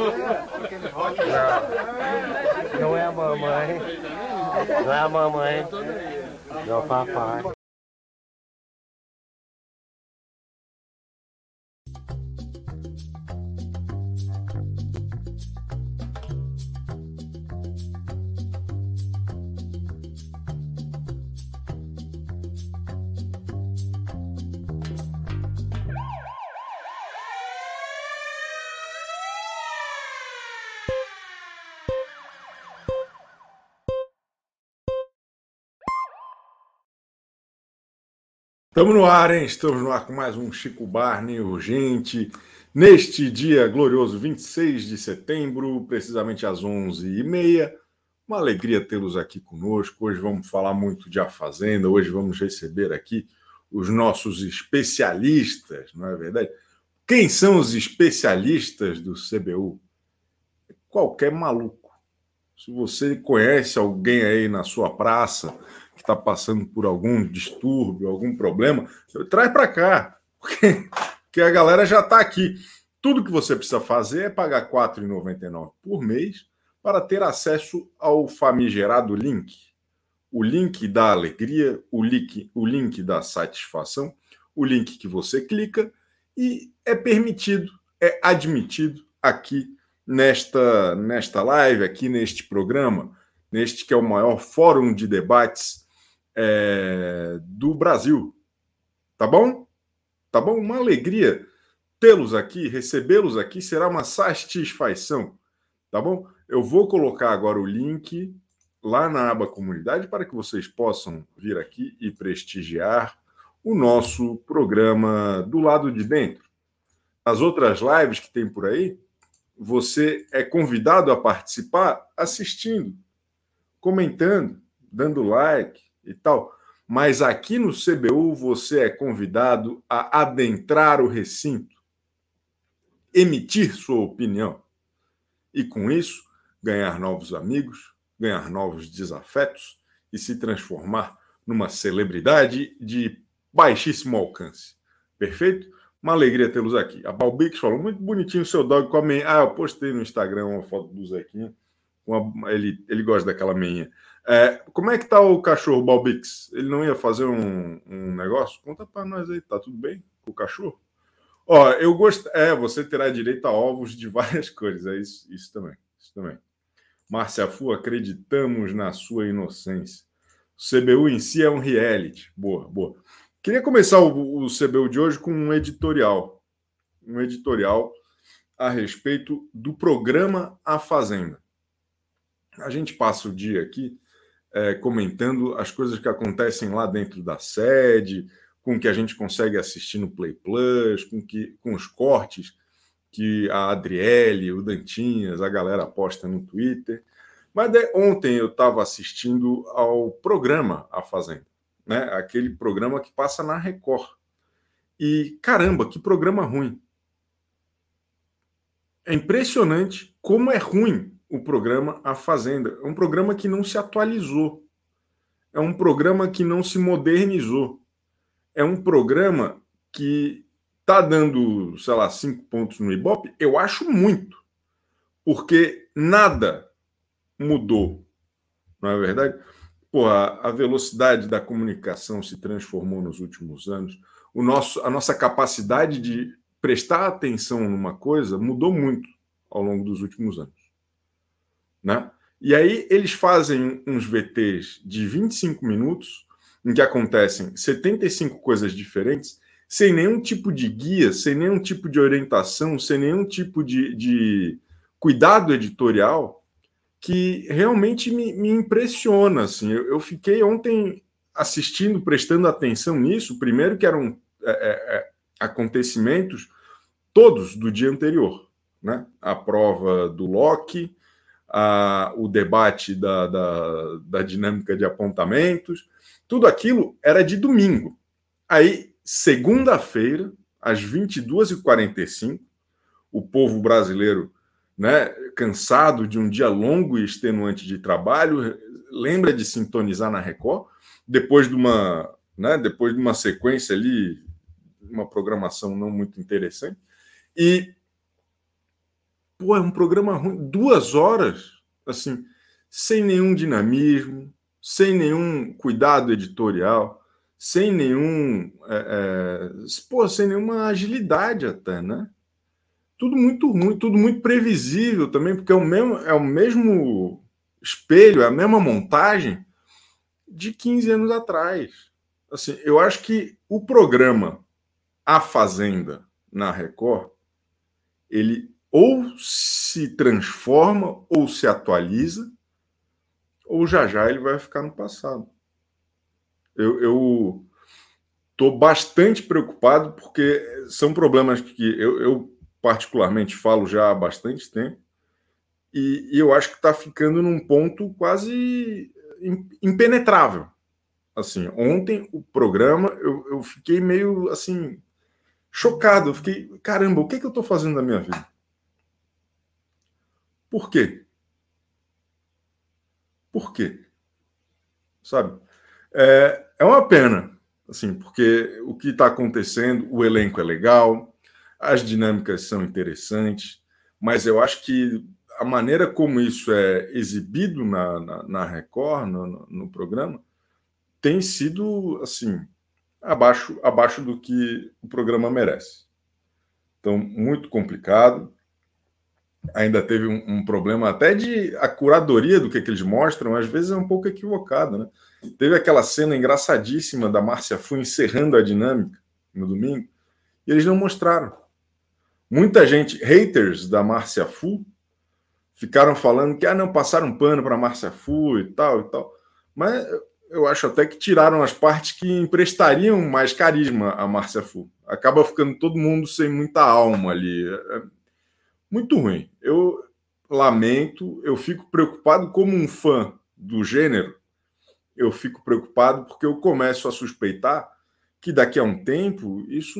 Não, não é a mamãe. Não é a mamãe. Não é o papai. Estamos no ar, hein? Estamos no ar com mais um Chico Barney Urgente. Neste dia glorioso, 26 de setembro, precisamente às 11h30. Uma alegria tê-los aqui conosco. Hoje vamos falar muito de A Fazenda. Hoje vamos receber aqui os nossos especialistas, não é verdade? Quem são os especialistas do CBU? Qualquer maluco. Se você conhece alguém aí na sua praça que está passando por algum distúrbio, algum problema, traz para cá, porque a galera já está aqui. Tudo que você precisa fazer é pagar R$ 4,99 por mês para ter acesso ao famigerado link. O link da alegria, o link da satisfação, o link que você clica e é permitido, é admitido aqui nesta live, aqui neste programa, neste que é o maior fórum de debates do Brasil. Tá bom? Tá bom? Uma alegria tê-los aqui, recebê-los aqui, será uma satisfação. Tá bom? Eu vou colocar agora o link lá na aba comunidade para que vocês possam vir aqui e prestigiar o nosso programa do lado de dentro. As outras lives que tem por aí, você é convidado a participar assistindo, comentando, dando like e tal. Mas aqui no CBU você é convidado a adentrar o recinto, emitir sua opinião e, com isso, ganhar novos amigos, ganhar novos desafetos e se transformar numa celebridade de baixíssimo alcance. Perfeito? Uma alegria tê-los aqui. A Balbix falou, muito bonitinho o seu dog com a meinha. Ah, eu postei no Instagram uma foto do Zequinha. Ele gosta daquela meinha. Como é que tá o cachorro, Balbix? Ele não ia fazer um negócio? Conta para nós aí, tá tudo bem com o cachorro? Ó, eu gosto. Você terá direito a ovos de várias cores. É isso também. Isso também. Márcia Fu, acreditamos na sua inocência. O CBU em si é um reality. Boa, boa. Queria começar o CBU de hoje com um editorial. Um editorial a respeito do programa A Fazenda. A gente passa o dia aqui comentando as coisas que acontecem lá dentro da sede, com o que a gente consegue assistir no Play Plus, com os cortes que a Adriele, o Dantinhas, a galera posta no Twitter. Mas ontem eu estava assistindo ao programa A Fazenda, né? Aquele programa que passa na Record. E, caramba, que programa ruim. É impressionante como é ruim o programa A Fazenda. É um programa que não se atualizou. É um programa que não se modernizou. É um programa que está dando, sei lá, 5 pontos no Ibope. Eu acho muito. Porque nada mudou. Não é verdade? Porra, a velocidade da comunicação se transformou nos últimos anos. A nossa capacidade de prestar atenção numa coisa mudou muito ao longo dos últimos anos. Né? E aí eles fazem uns VTs de 25 minutos, em que acontecem 75 coisas diferentes, sem nenhum tipo de guia, sem nenhum tipo de orientação, sem nenhum tipo de cuidado editorial, que realmente me impressiona. Assim. Eu fiquei ontem assistindo, prestando atenção nisso, primeiro que eram acontecimentos todos do dia anterior. Né? A prova do Loki, o debate da dinâmica de apontamentos, tudo aquilo era de domingo. Aí, segunda-feira, às 22h45, o povo brasileiro, né, cansado de um dia longo e extenuante de trabalho, lembra de sintonizar na Record, depois de uma sequência ali, uma programação não muito interessante, e Pô, é um programa ruim. 2 horas, assim, sem nenhum dinamismo, sem nenhum cuidado editorial, sem nenhum. Sem nenhuma agilidade até, né? Tudo muito ruim, tudo muito previsível também, porque é o mesmo espelho, é a mesma montagem de 15 anos atrás. Assim, eu acho que o programa A Fazenda na Record, ele ou se transforma ou se atualiza, ou já ele vai ficar no passado. Eu estou bastante preocupado porque são problemas que eu particularmente falo já há bastante tempo e eu acho que está ficando num ponto quase impenetrável. Assim, ontem o programa eu fiquei meio assim chocado. Eu fiquei, caramba, o que eu estou fazendo na minha vida? Por quê? Por quê? Sabe? É uma pena, assim, porque o que está acontecendo, o elenco é legal, as dinâmicas são interessantes, mas eu acho que a maneira como isso é exibido na Record, no programa, tem sido, assim, abaixo do que o programa merece. Então, muito complicado. Ainda teve um problema até de a curadoria do que eles mostram, às vezes é um pouco equivocada, né? Teve aquela cena engraçadíssima da Márcia Fu encerrando a dinâmica no domingo, e eles não mostraram. Muita gente, haters da Márcia Fu, ficaram falando que não passaram pano para a Márcia Fu e tal e tal. Mas eu acho até que tiraram as partes que emprestariam mais carisma à Márcia Fu. Acaba ficando todo mundo sem muita alma ali. Muito ruim. Eu lamento, eu fico preocupado como um fã do gênero, eu fico preocupado porque eu começo a suspeitar que daqui a um tempo isso,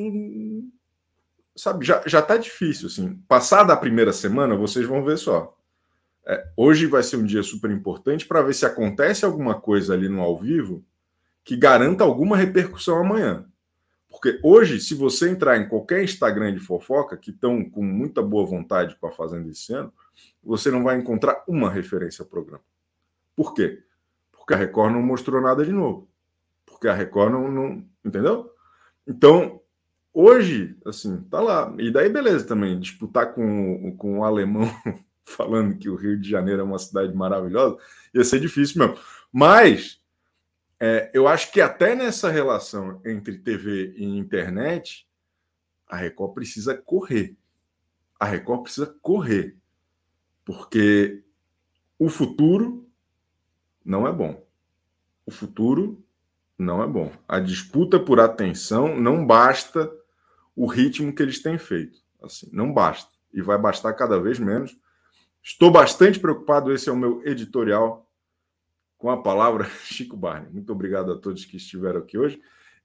sabe, já tá difícil, assim. Passada a primeira semana, vocês vão ver só. Hoje vai ser um dia super importante para ver se acontece alguma coisa ali no ao vivo que garanta alguma repercussão amanhã. Porque hoje, se você entrar em qualquer Instagram de fofoca, que estão com muita boa vontade com a Fazenda esse ano, você não vai encontrar uma referência ao programa. Por quê? Porque a Record não mostrou nada de novo. Porque a Record não entendeu? Então, hoje, assim, tá lá. E daí, beleza também, disputar com o alemão falando que o Rio de Janeiro é uma cidade maravilhosa, ia ser difícil mesmo. Mas eu acho que até nessa relação entre TV e internet, a Record precisa correr. A Record precisa correr. Porque o futuro não é bom. O futuro não é bom. A disputa por atenção não basta o ritmo que eles têm feito. Assim, não basta. E vai bastar cada vez menos. Estou bastante preocupado. Esse é o meu editorial com a palavra Chico Barney. Muito obrigado a todos que estiveram aqui hoje.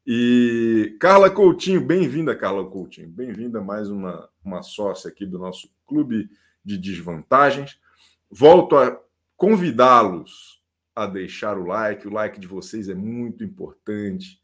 E Carla Coutinho, bem-vinda, Carla Coutinho. Bem-vinda, mais uma sócia aqui do nosso Clube de Desvantagens. Volto a convidá-los a deixar o like de vocês é muito importante.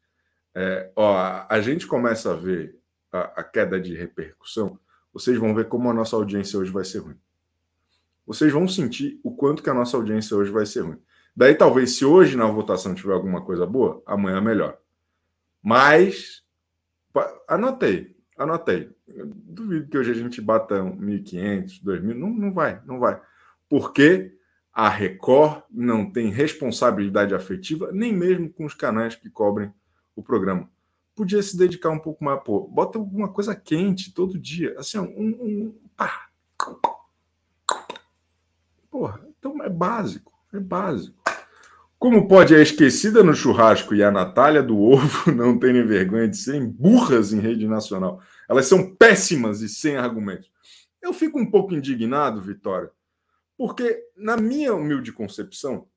A gente começa a ver a queda de repercussão, vocês vão ver como a nossa audiência hoje vai ser ruim. Vocês vão sentir o quanto que a nossa audiência hoje vai ser ruim. Daí, talvez, se hoje na votação tiver alguma coisa boa, amanhã melhor. Mas, anotei. Eu duvido que hoje a gente bata 1.500, 2.000. Não vai. Porque a Record não tem responsabilidade afetiva, nem mesmo com os canais que cobrem o programa. Podia se dedicar um pouco mais, bota alguma coisa quente todo dia, assim, pá. Então é básico. Como pode a esquecida no churrasco e a Natália do Ovo não terem vergonha de serem burras em rede nacional? Elas são péssimas e sem argumentos. Eu fico um pouco indignado, Vitória, porque, na minha humilde concepção,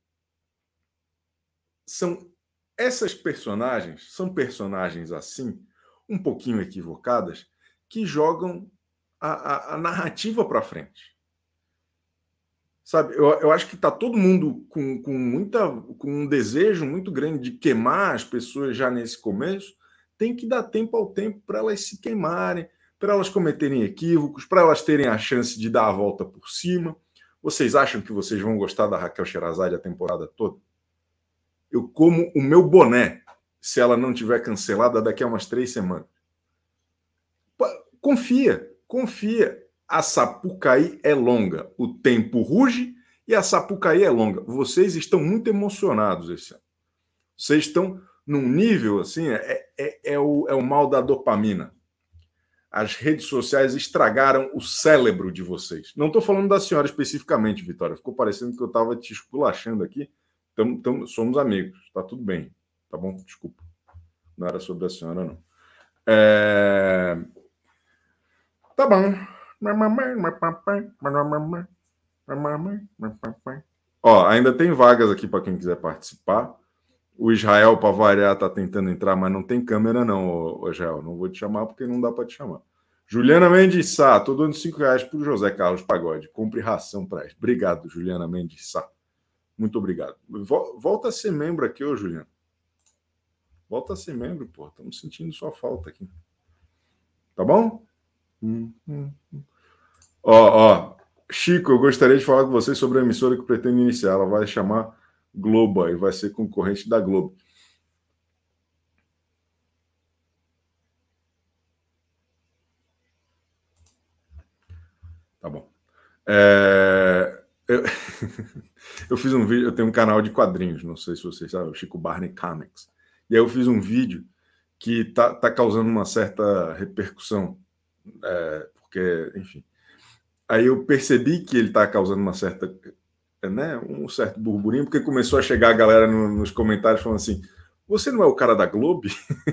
essas personagens são personagens assim, um pouquinho equivocadas, que jogam a narrativa para frente. Sabe, eu acho que está todo mundo com um desejo muito grande de queimar as pessoas já nesse começo. Tem que dar tempo ao tempo para elas se queimarem, para elas cometerem equívocos, para elas terem a chance de dar a volta por cima. Vocês acham que vocês vão gostar da Raquel Sherazade a temporada toda? Eu como o meu boné se ela não tiver cancelada daqui a umas 3 semanas. Confia. A Sapucaí é longa. O tempo ruge e a Sapucaí é longa. Vocês estão muito emocionados esse ano. Vocês estão num nível assim, é o mal da dopamina. As redes sociais estragaram o cérebro de vocês. Não estou falando da senhora especificamente, Vitória. Ficou parecendo que eu estava te esculachando aqui. Somos amigos. Está tudo bem. Tá bom? Desculpa. Não era sobre a senhora, não. Tá bom. Ó, ainda tem vagas aqui para quem quiser participar. O Israel, para variar, está tentando entrar, mas não tem câmera, não, Israel. Não vou te chamar porque não dá para te chamar. Juliana Mendes Sá, estou dando R$5 para o José Carlos Pagode. Compre ração para ele. Obrigado, Juliana Mendes Sá. Muito obrigado. Volta a ser membro aqui, ô Juliana. Volta a ser membro, pô. Estamos sentindo sua falta aqui. Tá bom? Ó. Chico, eu gostaria de falar com vocês sobre a emissora que pretendo iniciar. Ela vai chamar Globo e vai ser concorrente da Globo. Tá bom. Eu fiz um vídeo, eu tenho um canal de quadrinhos, não sei se vocês sabem, o Chico Barney Comics. E aí eu fiz um vídeo que tá causando uma certa repercussão, porque, enfim. Aí eu percebi que ele está causando uma certa, um certo burburinho, porque começou a chegar a galera nos comentários falando assim: você não é o cara da Globo?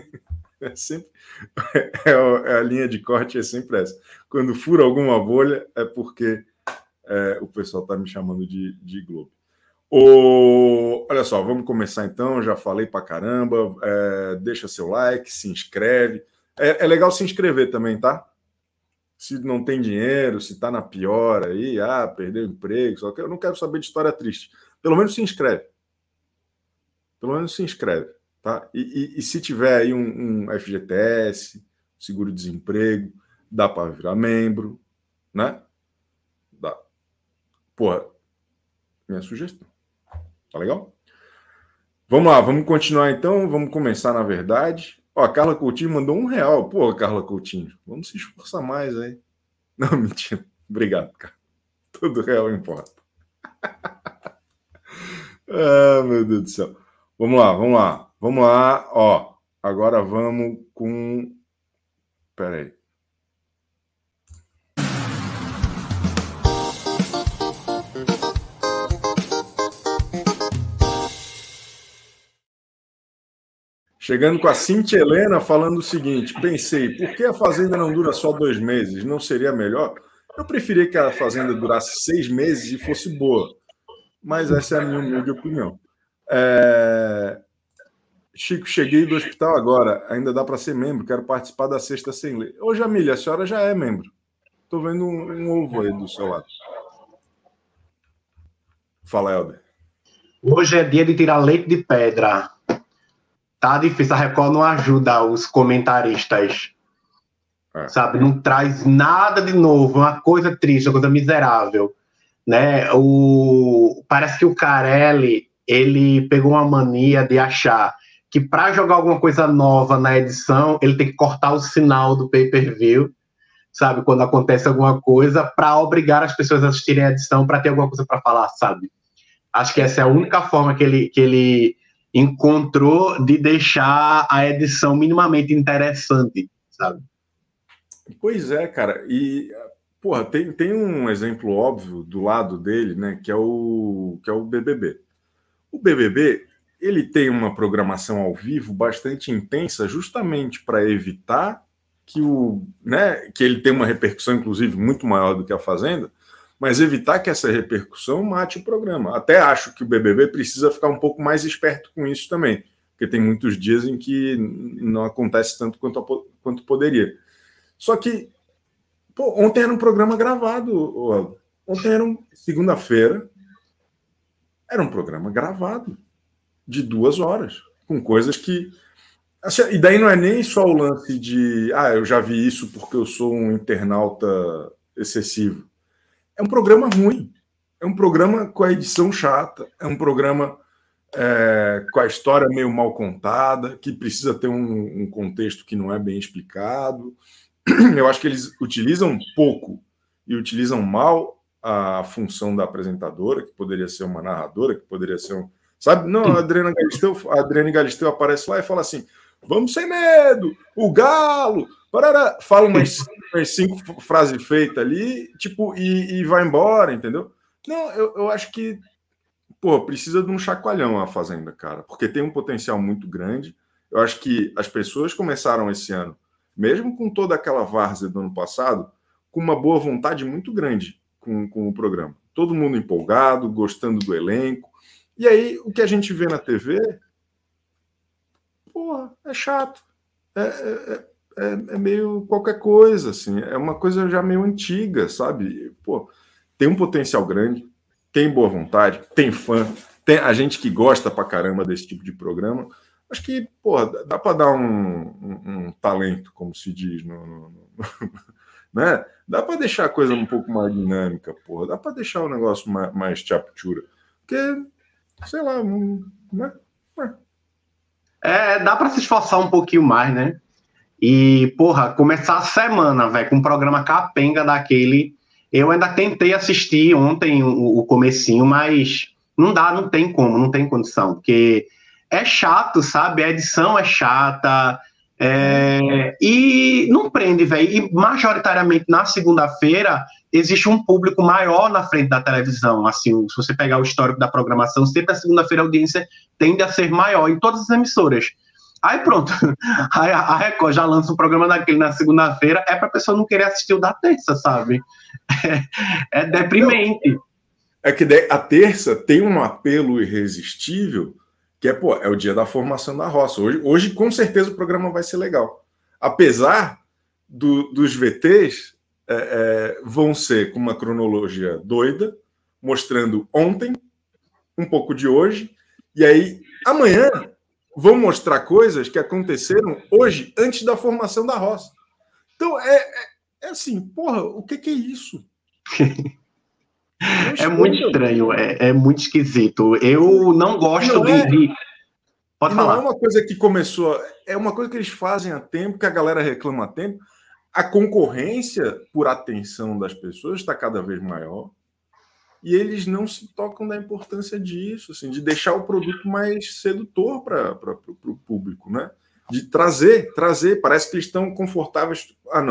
A linha de corte é sempre essa. Quando fura alguma bolha, é porque o pessoal está me chamando de Globo. Olha só, vamos começar então. Já falei pra caramba. Deixa seu like, se inscreve. É legal se inscrever também, tá? Se não tem dinheiro, se tá na pior aí, perdeu o emprego, só que eu não quero saber de história triste. Pelo menos se inscreve. Tá? E se tiver aí um FGTS, seguro-desemprego, dá para virar membro, né? Dá. Porra, minha sugestão. Tá legal? Vamos lá, vamos continuar então, vamos começar na verdade. Ó, a Carla Coutinho mandou R$1. Pô, Carla Coutinho, vamos se esforçar mais aí. Não, mentira. Obrigado, cara. Todo real importa. Meu Deus do céu. Vamos lá. Ó, agora vamos com... Pera aí. Chegando com a Cintia Helena falando o seguinte: pensei, por que a Fazenda não dura só 2 meses? Não seria melhor? Eu preferia que a Fazenda durasse 6 meses e fosse boa. Mas essa é a minha humilde opinião. Chico, cheguei do hospital agora. Ainda dá para ser membro. Quero participar da Sexta Sem Lei. Ô, Jamília, a senhora já é membro. Estou vendo um ovo aí do seu lado. Fala, Helder. Hoje é dia de tirar leite de pedra. Tá difícil, a Record não ajuda os comentaristas. Sabe? Não traz nada de novo, uma coisa triste, uma coisa miserável. Né? Parece que o Carelli, ele pegou uma mania de achar que para jogar alguma coisa nova na edição, ele tem que cortar o sinal do pay-per-view, sabe? Quando acontece alguma coisa, para obrigar as pessoas a assistirem a edição, para ter alguma coisa para falar, sabe? Acho que essa é a única forma que ele encontrou de deixar a edição minimamente interessante, sabe? Pois é, cara. E, porra, tem um exemplo óbvio do lado dele, né? Que é o BBB. O BBB, ele tem uma programação ao vivo bastante intensa, justamente para evitar que que ele tenha uma repercussão, inclusive, muito maior do que a Fazenda, mas evitar que essa repercussão mate o programa. Até acho que o BBB precisa ficar um pouco mais esperto com isso também, porque tem muitos dias em que não acontece tanto quanto poderia. Só que, ontem era um programa gravado. Ontem era segunda-feira, era um programa gravado de 2 horas, com coisas que Assim, e daí não é nem só o lance de eu já vi isso porque eu sou um internauta excessivo. É um programa ruim. É um programa com a edição chata. É um programa com a história meio mal contada, que precisa ter um contexto que não é bem explicado. Eu acho que eles utilizam pouco e utilizam mal a função da apresentadora, que poderia ser uma narradora, que poderia ser um... Sabe? Não, a Adriane Galisteu aparece lá e fala assim: vamos sem medo, o galo, parará. Fala umas 5 frases feitas ali, tipo, e vai embora, entendeu? Não, eu acho que precisa de um chacoalhão a Fazenda, cara, porque tem um potencial muito grande. Eu acho que as pessoas começaram esse ano, mesmo com toda aquela várzea do ano passado, com uma boa vontade muito grande com o programa. Todo mundo empolgado, gostando do elenco. E aí, o que a gente vê na TV, é chato. É meio qualquer coisa, assim. É uma coisa já meio antiga, sabe? Tem um potencial grande, tem boa vontade, tem fã, tem a gente que gosta pra caramba desse tipo de programa. Acho que, dá para dar um talento, como se diz, né? Dá para deixar a coisa um pouco mais dinâmica, dá para deixar o negócio mais chapchura. Porque, sei lá, né? Dá para se esforçar um pouquinho mais, né? E, começar a semana, velho, com um programa capenga daquele. Eu ainda tentei assistir ontem o comecinho, mas não dá, não tem como, não tem condição, porque é chato, sabe? A edição é chata, e não prende, velho. E majoritariamente na segunda-feira existe um público maior na frente da televisão. Assim, se você pegar o histórico da programação, sempre a segunda-feira a audiência tende a ser maior em todas as emissoras. Aí pronto, a Record já lança um programa daquele na segunda-feira, é pra pessoa não querer assistir o da terça, sabe? É deprimente. É que a terça tem um apelo irresistível, que é o dia da formação da roça. Hoje com certeza o programa vai ser legal. Apesar dos VTs vão ser com uma cronologia doida, mostrando ontem, um pouco de hoje, e aí amanhã vão mostrar coisas que aconteceram hoje, antes da formação da roça. Então, é assim, o que é isso? É muito estranho, é muito esquisito. Eu não gosto de... Pode falar. Não é uma coisa que começou... É uma coisa que eles fazem há tempo, que a galera reclama há tempo. A concorrência por atenção das pessoas está cada vez maior. E eles não se tocam da importância disso, assim, de deixar o produto mais sedutor para o público, né? De trazer. Parece que eles estão confortáveis.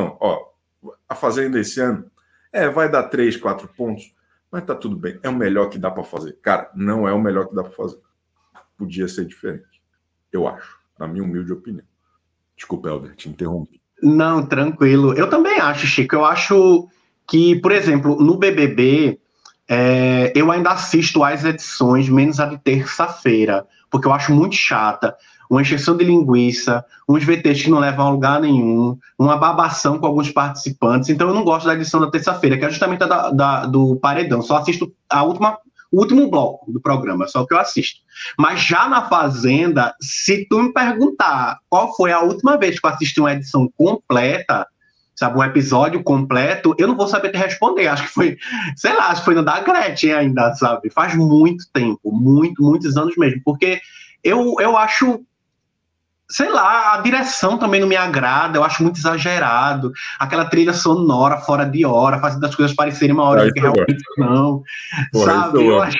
A Fazenda esse ano vai dar 3, 4 pontos, mas tá tudo bem. É o melhor que dá para fazer. Cara, não é o melhor que dá para fazer. Podia ser diferente, eu acho, na minha humilde opinião. Desculpa, Helder, te interrompi. Não, tranquilo. Eu também acho, Chico. Eu acho que, por exemplo, no BBB... eu ainda assisto às edições, menos a de terça-feira, porque eu acho muito chata, uma encheção de linguiça, uns VTs que não levam a lugar nenhum, uma babação com alguns participantes. Então eu não gosto da edição da terça-feira, que é justamente a do Paredão. Só assisto o último bloco do programa, só que eu assisto. Mas já na Fazenda, se tu me perguntar qual foi a última vez que eu assisti uma edição completa, sabe, um episódio completo, eu não vou saber te responder. Acho que foi, sei lá, acho que foi no da Gretchen ainda, sabe? Faz muito tempo, muitos anos mesmo. Porque eu acho, sei lá, a direção também não me agrada, eu acho muito exagerado. Aquela trilha sonora fora de hora, fazendo as coisas parecerem uma hora que realmente não. Sabe? Eu acho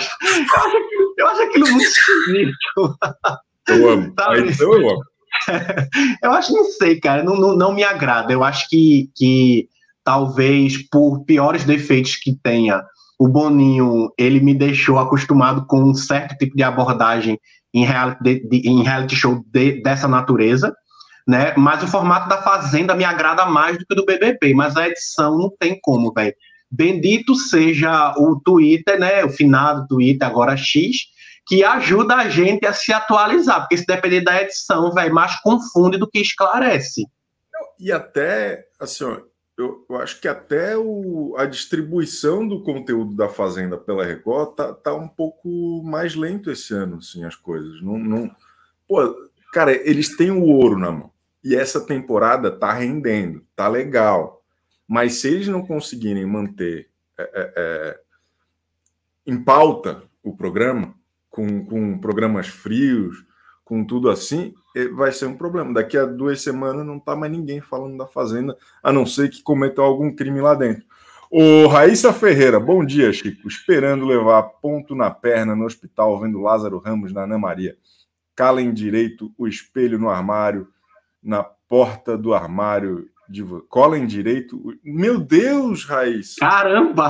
aquilo muito esquisito. Eu amo. Eu amo. Eu acho, não sei, cara, não me agrada. Eu acho que talvez por piores defeitos que tenha, o Boninho, ele me deixou acostumado com um certo tipo de abordagem em reality show dessa natureza, né? Mas o formato da Fazenda me agrada mais do que o do BBB, mas a edição não tem como, velho. Bendito seja o Twitter, né? O finado Twitter, agora X, que ajuda a gente a se atualizar, porque se depender da edição, velho, mais confunde do que esclarece. E até, assim, eu acho que até a distribuição do conteúdo da Fazenda pela Record tá um pouco mais lento esse ano, assim, as coisas. cara, eles têm o ouro na mão. E essa temporada tá rendendo, tá legal. Mas se eles não conseguirem manter em pauta o programa, com programas frios, com tudo assim, vai ser um problema. Daqui a 2 semanas não tá mais ninguém falando da Fazenda, a não ser que cometeu algum crime lá dentro. Ô, Raíssa Ferreira, bom dia, Chico. Esperando levar ponto na perna no hospital, vendo Lázaro Ramos na Ana Maria. Calem direito o espelho no armário, na porta do armário. Colem direito. Meu Deus, Raíssa! Caramba!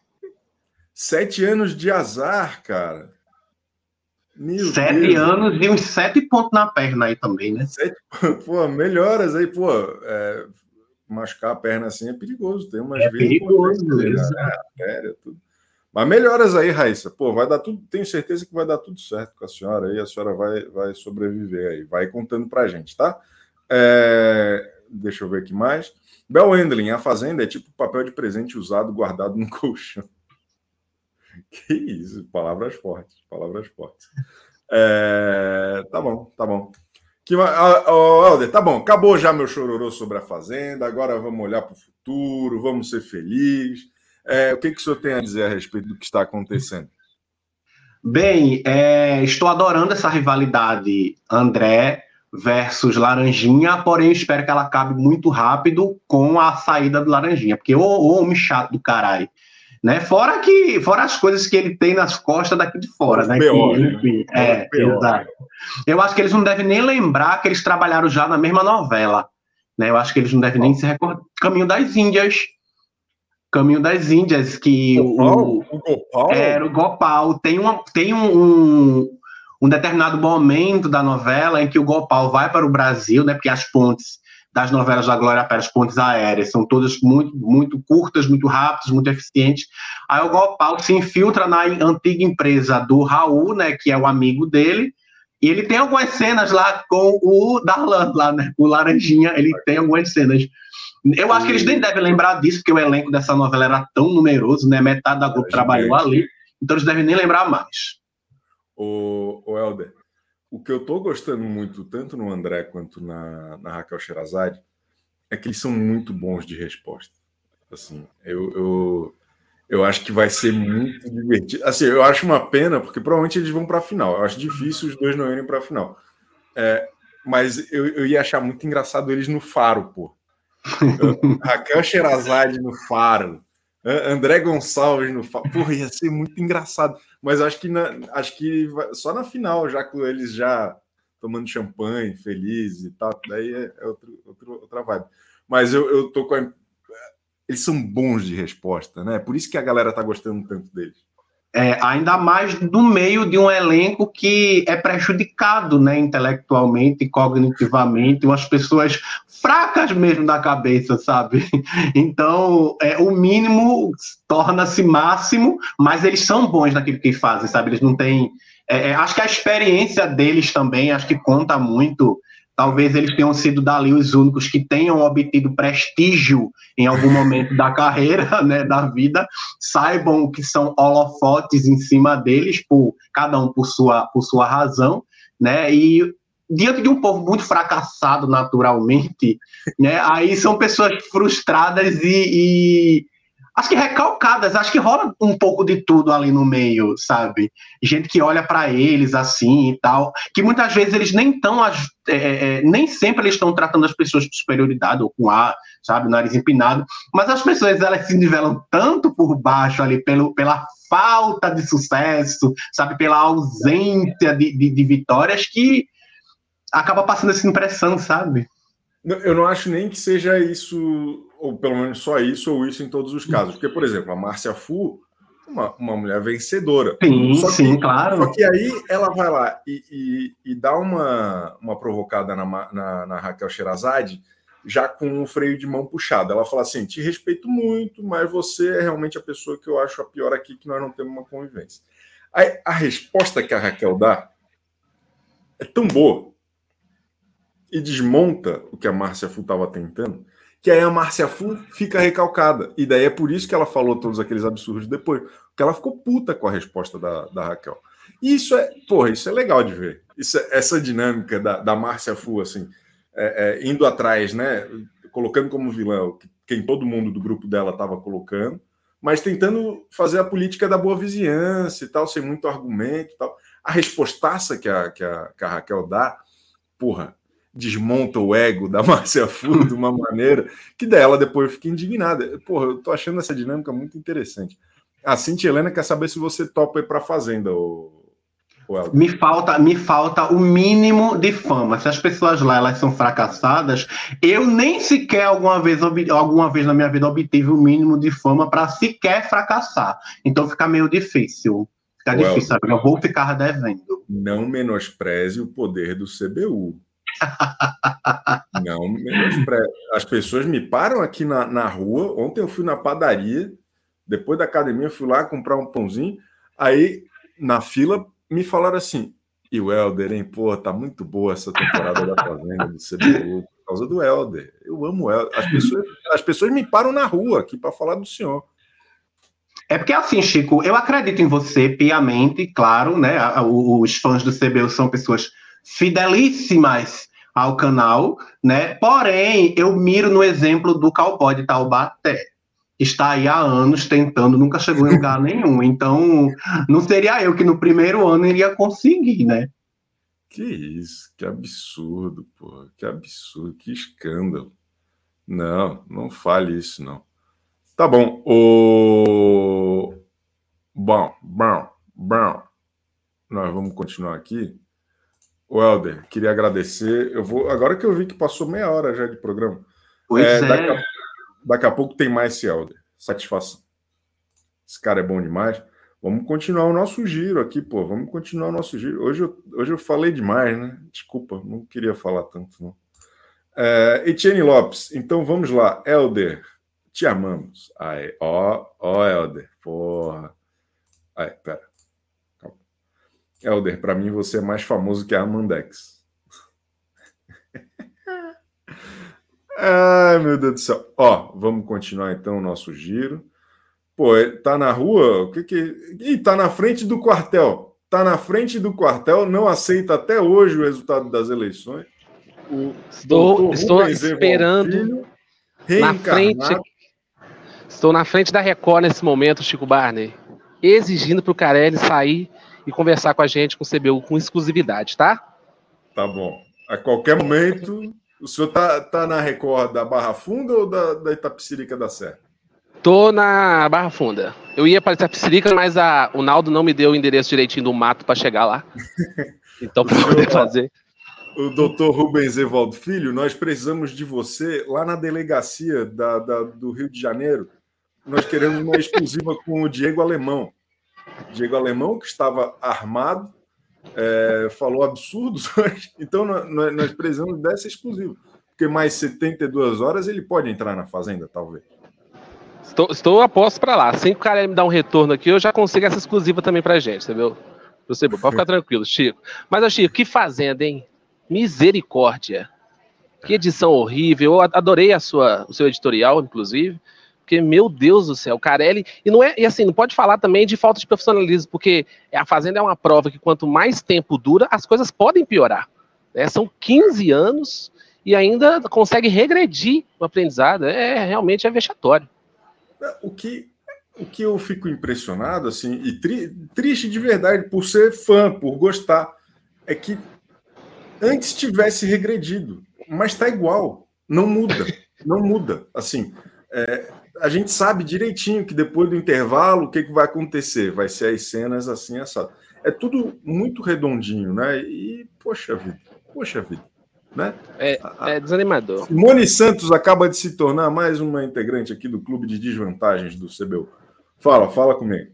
7 anos de azar, cara. Meu 7 Deus. Anos e uns 7 pontos na perna aí também, né? 7, pô, melhoras aí, pô. Machucar a perna assim é perigoso. Tem umas vezes perigoso, tudo. Mas melhoras aí, Raíssa. Pô, vai dar tudo. Tenho certeza que vai dar tudo certo com a senhora aí. A senhora vai sobreviver aí. Vai contando pra gente, tá? Deixa eu ver aqui mais. Bel Wendling, a Fazenda é tipo papel de presente usado, guardado no colchão. Que isso, palavras fortes. Tá bom. Helder, tá bom, acabou já meu chororô sobre a Fazenda, agora vamos olhar para o futuro, vamos ser felizes. O que o senhor tem a dizer a respeito do que está acontecendo? Bem, estou adorando essa rivalidade André versus Laranjinha, porém espero que ela acabe muito rápido com a saída do Laranjinha, porque homem chato do caralho. Né? Fora as coisas que ele tem nas costas daqui de fora, né? Enfim, exato. Eu acho que eles não devem nem lembrar que eles trabalharam já na mesma novela, né? Eu acho que eles não devem nem se recordar. Caminho das Índias, que o Gopal? Era o Gopal. Tem um determinado momento da novela em que o Gopal vai para o Brasil, né? Porque as pontes das novelas da Glória Pérez, pontes aéreas, são todas muito, muito curtas, muito rápidas, muito eficientes. Aí o Gopal se infiltra na antiga empresa do Raul, né, que é o amigo dele, e ele tem algumas cenas lá com o Darlan, lá, né, o Laranjinha, ele tem algumas cenas. Eu acho que eles nem devem lembrar disso, porque o elenco dessa novela era tão numeroso, né, metade da Globo trabalhou ali, então eles devem nem lembrar mais. O Helder, o que eu estou gostando muito, tanto no André quanto na Raquel Sherazade, é que eles são muito bons de resposta. Assim, eu acho que vai ser muito divertido. Assim, eu acho uma pena, porque provavelmente eles vão para a final. Eu acho difícil os dois não irem para a final. Mas eu ia achar muito engraçado eles no Faro, pô. Raquel Sherazade no Faro. André Gonçalves no Faro. Porra, ia ser muito engraçado. Mas acho que só na final, já com eles já tomando champanhe, felizes e tal. Daí é outra vibe. Mas eu tô com eles são bons de resposta, né? Por isso que a galera tá gostando tanto deles. Ainda mais no meio de um elenco que é prejudicado, né, intelectualmente, cognitivamente, umas pessoas fracas mesmo da cabeça, sabe? Então, o mínimo torna-se máximo, mas eles são bons naquilo que fazem, sabe? Eles não têm... acho que a experiência deles também, acho que conta muito. Talvez eles tenham sido dali os únicos que tenham obtido prestígio em algum momento da carreira, né, da vida, saibam que são holofotes em cima deles, cada um por sua razão, né, e diante de um povo muito fracassado naturalmente, né, aí são pessoas frustradas e acho que recalcadas, acho que rola um pouco de tudo ali no meio, sabe? Gente que olha para eles assim e tal, que muitas vezes eles nem estão, nem sempre eles estão tratando as pessoas com superioridade ou com ar, sabe, nariz empinado, mas as pessoas elas se nivelam tanto por baixo ali pela falta de sucesso, sabe, pela ausência de vitórias que acaba passando essa impressão, sabe? Eu não acho nem que seja isso, ou pelo menos só isso, ou isso em todos os casos. Porque, por exemplo, a Márcia Fu, uma mulher vencedora. Sim, claro. Só que aí ela vai lá e dá uma provocada na Raquel Sherazade, já com o freio de mão puxado. Ela fala assim, te respeito muito, mas você é realmente a pessoa que eu acho a pior aqui, que nós não temos uma convivência. Aí, a resposta que a Raquel dá é tão boa, e desmonta o que a Márcia Fu estava tentando, que aí a Márcia Fu fica recalcada. E daí é por isso que ela falou todos aqueles absurdos depois, porque ela ficou puta com a resposta da Raquel. E isso é legal de ver. Essa dinâmica da Márcia Fu, assim, indo atrás, né? Colocando como vilão quem todo mundo do grupo dela estava colocando, mas tentando fazer a política da boa vizinhança e tal, sem muito argumento e tal. A respostaça que a Raquel dá, porra, desmonta o ego da Márcia Fu de uma maneira que dela depois fica indignada. Porra, eu tô achando essa dinâmica muito interessante. A Cintia Helena quer saber se você topa ir pra Fazenda, me falta o mínimo de fama. Se as pessoas lá elas são fracassadas, eu nem sequer alguma vez na minha vida obtive o mínimo de fama para sequer fracassar. Então fica meio difícil. Fica difícil, sabe? Eu vou ficar devendo. Não menospreze o poder do CBU. Não menospreze. As pessoas me param aqui na rua. Ontem eu fui na padaria, depois da academia eu fui lá comprar um pãozinho. Aí, na fila, me falaram assim, e o Helder, hein? Pô, tá muito boa essa temporada da Fazenda do CBU, por causa do Helder. Eu amo o Helder. As pessoas me param na rua aqui para falar do senhor. É porque assim, Chico, eu acredito em você piamente, claro, né? Os fãs do CBU são pessoas fidelíssimas ao canal, né? Porém, eu miro no exemplo do cowboy de Taubaté. Está aí há anos tentando, nunca chegou em lugar nenhum. Então, não seria eu que no primeiro ano iria conseguir, né? Que isso, que absurdo, pô. Que absurdo, que escândalo. Não fale isso, não. Tá bom. Bom. Nós vamos continuar aqui. O Helder, queria agradecer. Agora que eu vi que passou meia hora já de programa. Pois Daqui a pouco tem mais esse Helder. Satisfação. Esse cara é bom demais. Vamos continuar o nosso giro aqui, pô. Vamos continuar o nosso giro. Hoje eu falei demais, né? Desculpa, não queria falar tanto, não. Etienne Lopes, então vamos lá. Helder, te amamos. Aí, ó, Helder. Porra. Aí, pera. Calma. Helder, pra mim você é mais famoso que a Amandex. Ai, meu Deus do céu. Ó, vamos continuar então o nosso giro. Pô, tá na rua? Ih, tá na frente do quartel. Tá na frente do quartel, não aceita até hoje o resultado das eleições. Estou esperando na frente. Estou na frente da Record nesse momento, Chico Barney, exigindo pro Carelli sair e conversar com a gente, com o CBU, com exclusividade, tá? Tá bom. A qualquer momento... O senhor tá na Record da Barra Funda ou da Itapecerica da Serra? Tô na Barra Funda. Eu ia para Itapecerica, mas o Naldo não me deu o endereço direitinho do mato para chegar lá. Então, para poder fazer. O doutor Rubens Evaldo Filho, nós precisamos de você lá na delegacia do Rio de Janeiro. Nós queremos uma exclusiva com o Diego Alemão. Diego Alemão, que estava armado, falou absurdos hoje, então nós precisamos dessa exclusiva, porque mais 72 horas ele pode entrar na Fazenda, talvez. Estou a posto para lá. Assim que o cara me dar um retorno aqui, eu já consigo essa exclusiva também pra gente, entendeu? Você pode ficar tranquilo, Chico. Mas, Chico, que Fazenda, hein? Misericórdia. Que edição horrível. Eu adorei o seu editorial, inclusive. Porque, meu Deus do céu, o Carelli... E assim, não pode falar também de falta de profissionalismo, porque a Fazenda é uma prova que quanto mais tempo dura, as coisas podem piorar. Né? São 15 anos e ainda consegue regredir o aprendizado. Realmente é vexatório. O que eu fico impressionado, assim, e triste de verdade, por ser fã, por gostar, é que antes tivesse regredido, mas está igual, não muda, assim... a gente sabe direitinho que depois do intervalo o que vai acontecer, vai ser as cenas assim, assado. É tudo muito redondinho, né? E, poxa vida, né? É desanimador. Simone Santos acaba de se tornar mais uma integrante aqui do clube de desvantagens do CBU. Fala comigo.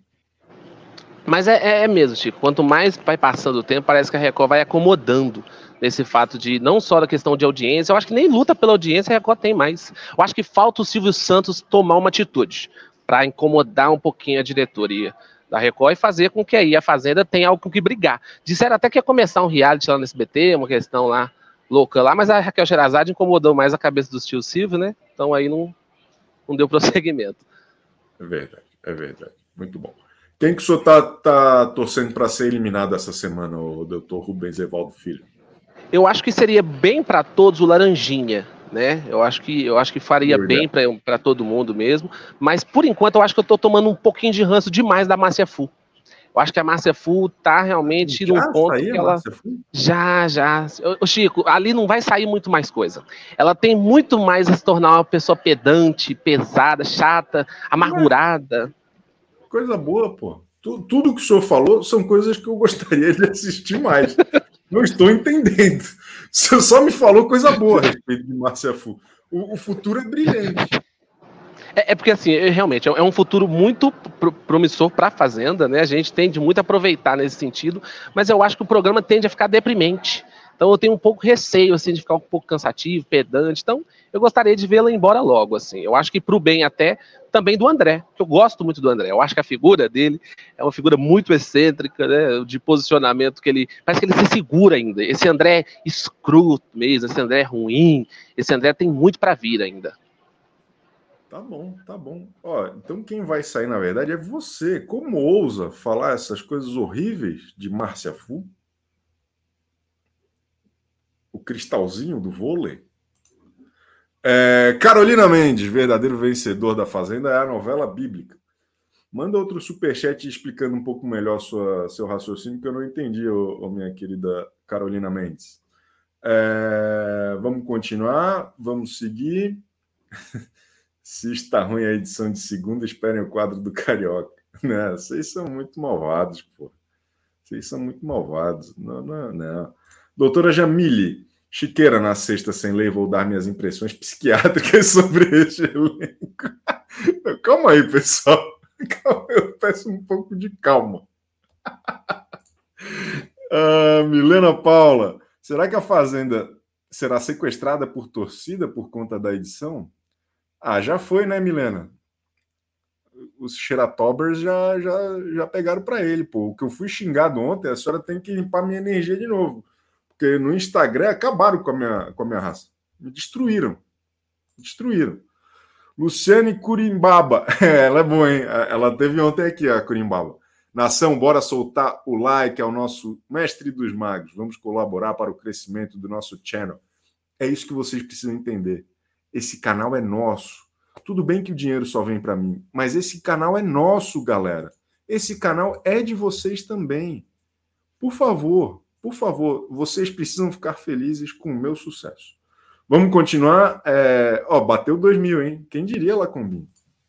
Mas é mesmo, Chico. Quanto mais vai passando o tempo, parece que a Record vai acomodando nesse fato de não só da questão de audiência, eu acho que nem luta pela audiência a Record tem mais. Eu acho que falta o Silvio Santos tomar uma atitude para incomodar um pouquinho a diretoria da Record e fazer com que aí a Fazenda tenha algo com que brigar. Disseram até que ia começar um reality lá no SBT, uma questão lá louca lá, mas a Raquel Sherazade incomodou mais a cabeça do tio Silvio, né? Então aí não deu prosseguimento. É verdade. Muito bom. Quem que o senhor tá torcendo para ser eliminado essa semana, o doutor Rubens Evaldo Filho? Eu acho que seria bem para todos o Laranjinha, né? Eu acho que faria bem para todo mundo mesmo. Mas por enquanto eu acho que eu tô tomando um pouquinho de ranço demais da Márcia Fu. Eu acho que a Márcia Fu tá realmente num ponto que ela... Já. Ô, Chico, ali não vai sair muito mais coisa. Ela tem muito mais a se tornar uma pessoa pedante, pesada, chata, amargurada. Coisa boa, pô. Tudo que o senhor falou são coisas que eu gostaria de assistir mais. Não estou entendendo. O senhor só me falou coisa boa a respeito de Márcia Fu. O futuro é brilhante. É porque, assim, realmente, é um futuro muito promissor para a Fazenda, né? A gente tende muito a aproveitar nesse sentido, mas eu acho que o programa tende a ficar deprimente. Então eu tenho um pouco receio, assim, de ficar um pouco cansativo, pedante. Então eu gostaria de vê-la embora logo, assim. Eu acho que pro bem até também do André, que eu gosto muito do André. Eu acho que a figura dele é uma figura muito excêntrica, né? De posicionamento que ele... Parece que ele se segura ainda. Esse André escroto mesmo, esse André ruim, esse André tem muito para vir ainda. Tá bom. Ó, então quem vai sair, na verdade, é você. Como ousa falar essas coisas horríveis de Márcia Fu? O cristalzinho do vôlei? Carolina Mendes, verdadeiro vencedor da Fazenda, é a novela bíblica. Manda outro superchat explicando um pouco melhor seu raciocínio, que eu não entendi, minha querida Carolina Mendes. Vamos continuar, vamos seguir. Se está ruim a edição de segunda, esperem o quadro do Carioca. Né? Vocês são muito malvados, pô. Vocês são muito malvados. Não. Doutora Jamile, Chiqueira na sexta sem lei, vou dar minhas impressões psiquiátricas sobre este elenco. Calma aí, pessoal. Eu peço um pouco de calma. Milena Paula, será que a Fazenda será sequestrada por torcida por conta da edição? Já foi, né, Milena? Os xeratobers já pegaram para ele, pô. O que eu fui xingado ontem, a senhora tem que limpar minha energia de novo. Porque no Instagram acabaram com a minha raça. Me destruíram. Luciane Curimbaba. Ela é boa, hein? Ela teve ontem aqui, a Curimbaba. Nação, bora soltar o like ao nosso mestre dos magos. Vamos colaborar para o crescimento do nosso channel. É isso que vocês precisam entender. Esse canal é nosso. Tudo bem que o dinheiro só vem para mim, mas esse canal é nosso, galera. Esse canal é de vocês também. Por favor, vocês precisam ficar felizes com o meu sucesso. Vamos continuar. Bateu 2.000, hein? Quem diria, Lacombinho?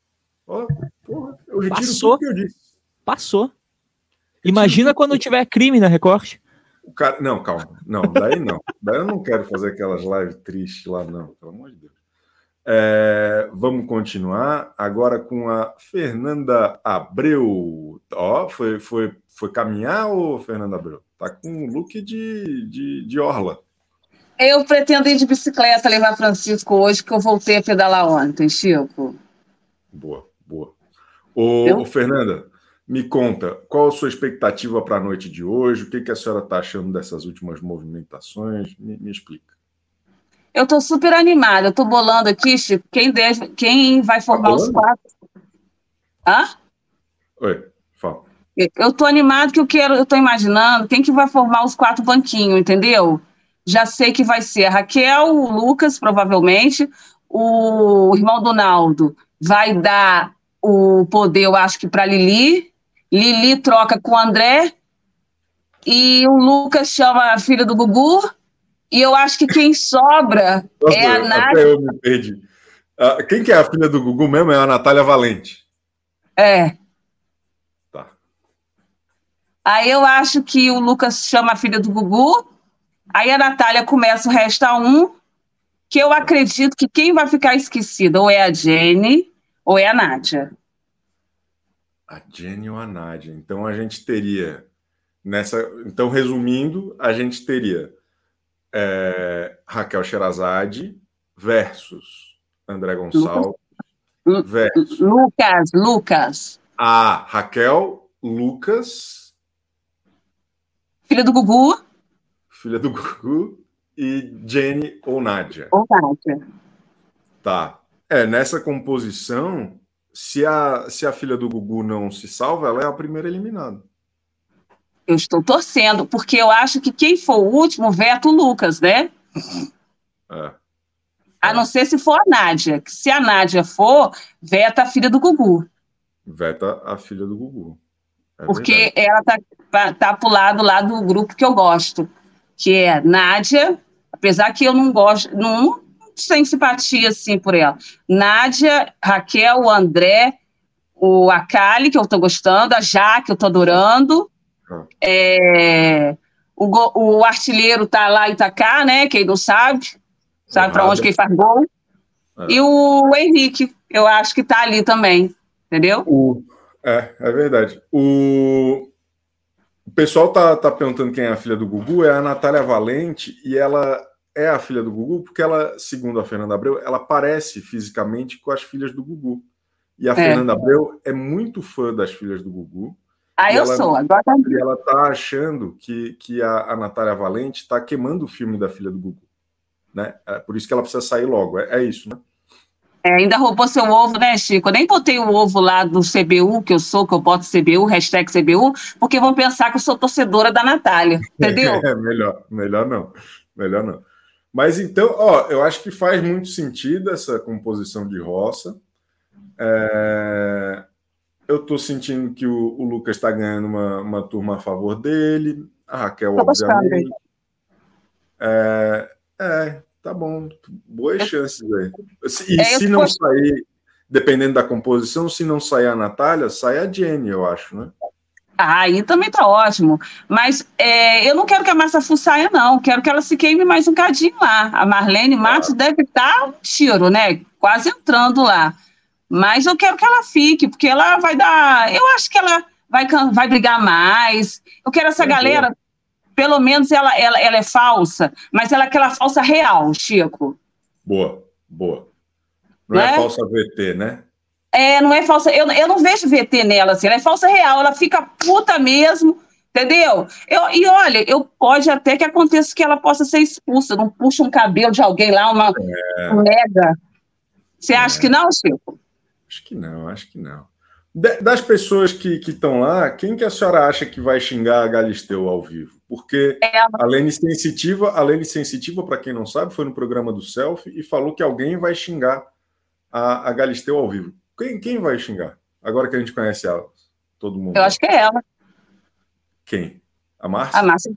Eu retiro tudo que eu disse. Passou. Imagina quando tiver crime na Record. Não, calma. Não, daí não. Daí eu não quero fazer aquelas lives tristes lá, não. Pelo amor de Deus. Vamos continuar agora com a Fernanda Abreu. Foi caminhar, ou Fernanda Abreu? Tá com um look de orla. Eu pretendo ir de bicicleta levar Francisco hoje, que eu voltei a pedalar ontem, Chico. Boa. Ô, Fernanda, me conta, qual a sua expectativa para a noite de hoje? O que a senhora está achando dessas últimas movimentações? Me explica. Eu estou super animada. Eu estou bolando aqui, Chico, quem vai formar os 4. Hã? Oi, fala. Eu estou animado que eu estou imaginando quem que vai formar os 4 banquinhos, entendeu? Já sei que vai ser a Raquel, o Lucas, provavelmente, o irmão do Naldo vai dar o poder, eu acho que para Lili. Lili troca com o André e o Lucas chama a filha do Gugu. E eu acho que quem sobra é a Nádia. Até eu me perdi. Quem que é a filha do Gugu mesmo? É a Natália Valente. Tá. Aí eu acho que o Lucas chama a filha do Gugu. Aí a Natália começa o Resta 1, que eu acredito que quem vai ficar esquecida ou é a Jenny ou é a Nádia. A Jenny ou a Nádia. Então a gente teria Então, resumindo, a gente teria Raquel Sherazade versus André Gonçalves versus Lucas. Raquel, Lucas, filha do Gugu e Jenny ou Nádia. Ou Nádia. Tá. Nessa composição, se a filha do Gugu não se salva, ela é a primeira eliminada. Eu estou torcendo, porque eu acho que quem for o último veta o Lucas, né? A não ser se for a Nádia. Se a Nádia for, veta a filha do Gugu. Veta a filha do Gugu. Porque verdade. Ela tá pro lado lá do grupo que eu gosto, que é Nádia, apesar que eu não gosto, não tenho simpatia assim por ela. Nádia, Raquel, o André, o Akali, que eu tô gostando, a Jaque, eu tô adorando. O artilheiro tá lá em Itacá, né? Quem não sabe para onde que ele faz gol. E o Henrique, eu acho que tá ali também, entendeu? É verdade. O pessoal tá perguntando quem é a filha do Gugu, é a Natália Valente, e ela é a filha do Gugu porque ela, segundo a Fernanda Abreu, ela parece fisicamente com as filhas do Gugu. E a Fernanda Abreu é muito fã das filhas do Gugu. Sou. Agora... E ela tá achando que a Natália Valente tá queimando o filme da filha do Gugu. Né? Por isso que ela precisa sair logo. É isso, né? Ainda roubou seu ovo, né, Chico? Eu nem botei o ovo lá do CBU, que eu boto CBU, hashtag CBU, porque vão pensar que eu sou torcedora da Natália, entendeu? Melhor não. Mas então, eu acho que faz muito sentido essa composição de roça. Eu estou sentindo que o Lucas está ganhando uma turma a favor dele, a Raquel, obviamente. Tá bom. Boas chances aí. Se não sair, dependendo da composição, se não sair a Natália, sai a Jenny, eu acho, né? Aí também tá ótimo. Mas eu não quero que a Márcia Fu saia, não. Quero que ela se queime mais um cadinho lá. A Marlene Matos deve estar um tiro, né? Quase entrando lá. Mas eu quero que ela fique, porque ela vai dar... Eu acho que ela vai brigar mais. Eu quero essa galera... Pelo menos ela é falsa, mas ela é aquela falsa real, Chico. Boa. Não é falsa VT, né? Não é falsa. Eu não vejo VT nela, assim. Ela é falsa real, ela fica puta mesmo, entendeu? Olha, pode até que aconteça que ela possa ser expulsa, não puxa um cabelo de alguém lá, uma nega. Você acha que não, Chico? Acho que não. Das pessoas que estão lá, quem que a senhora acha que vai xingar a Galisteu ao vivo? Porque a Lene Sensitiva, para quem não sabe, foi no programa do Selfie e falou que alguém vai xingar a Galisteu ao vivo. Quem vai xingar? Agora que a gente conhece ela, todo mundo. Eu acho que é ela. Quem? A Márcia? A Márcia.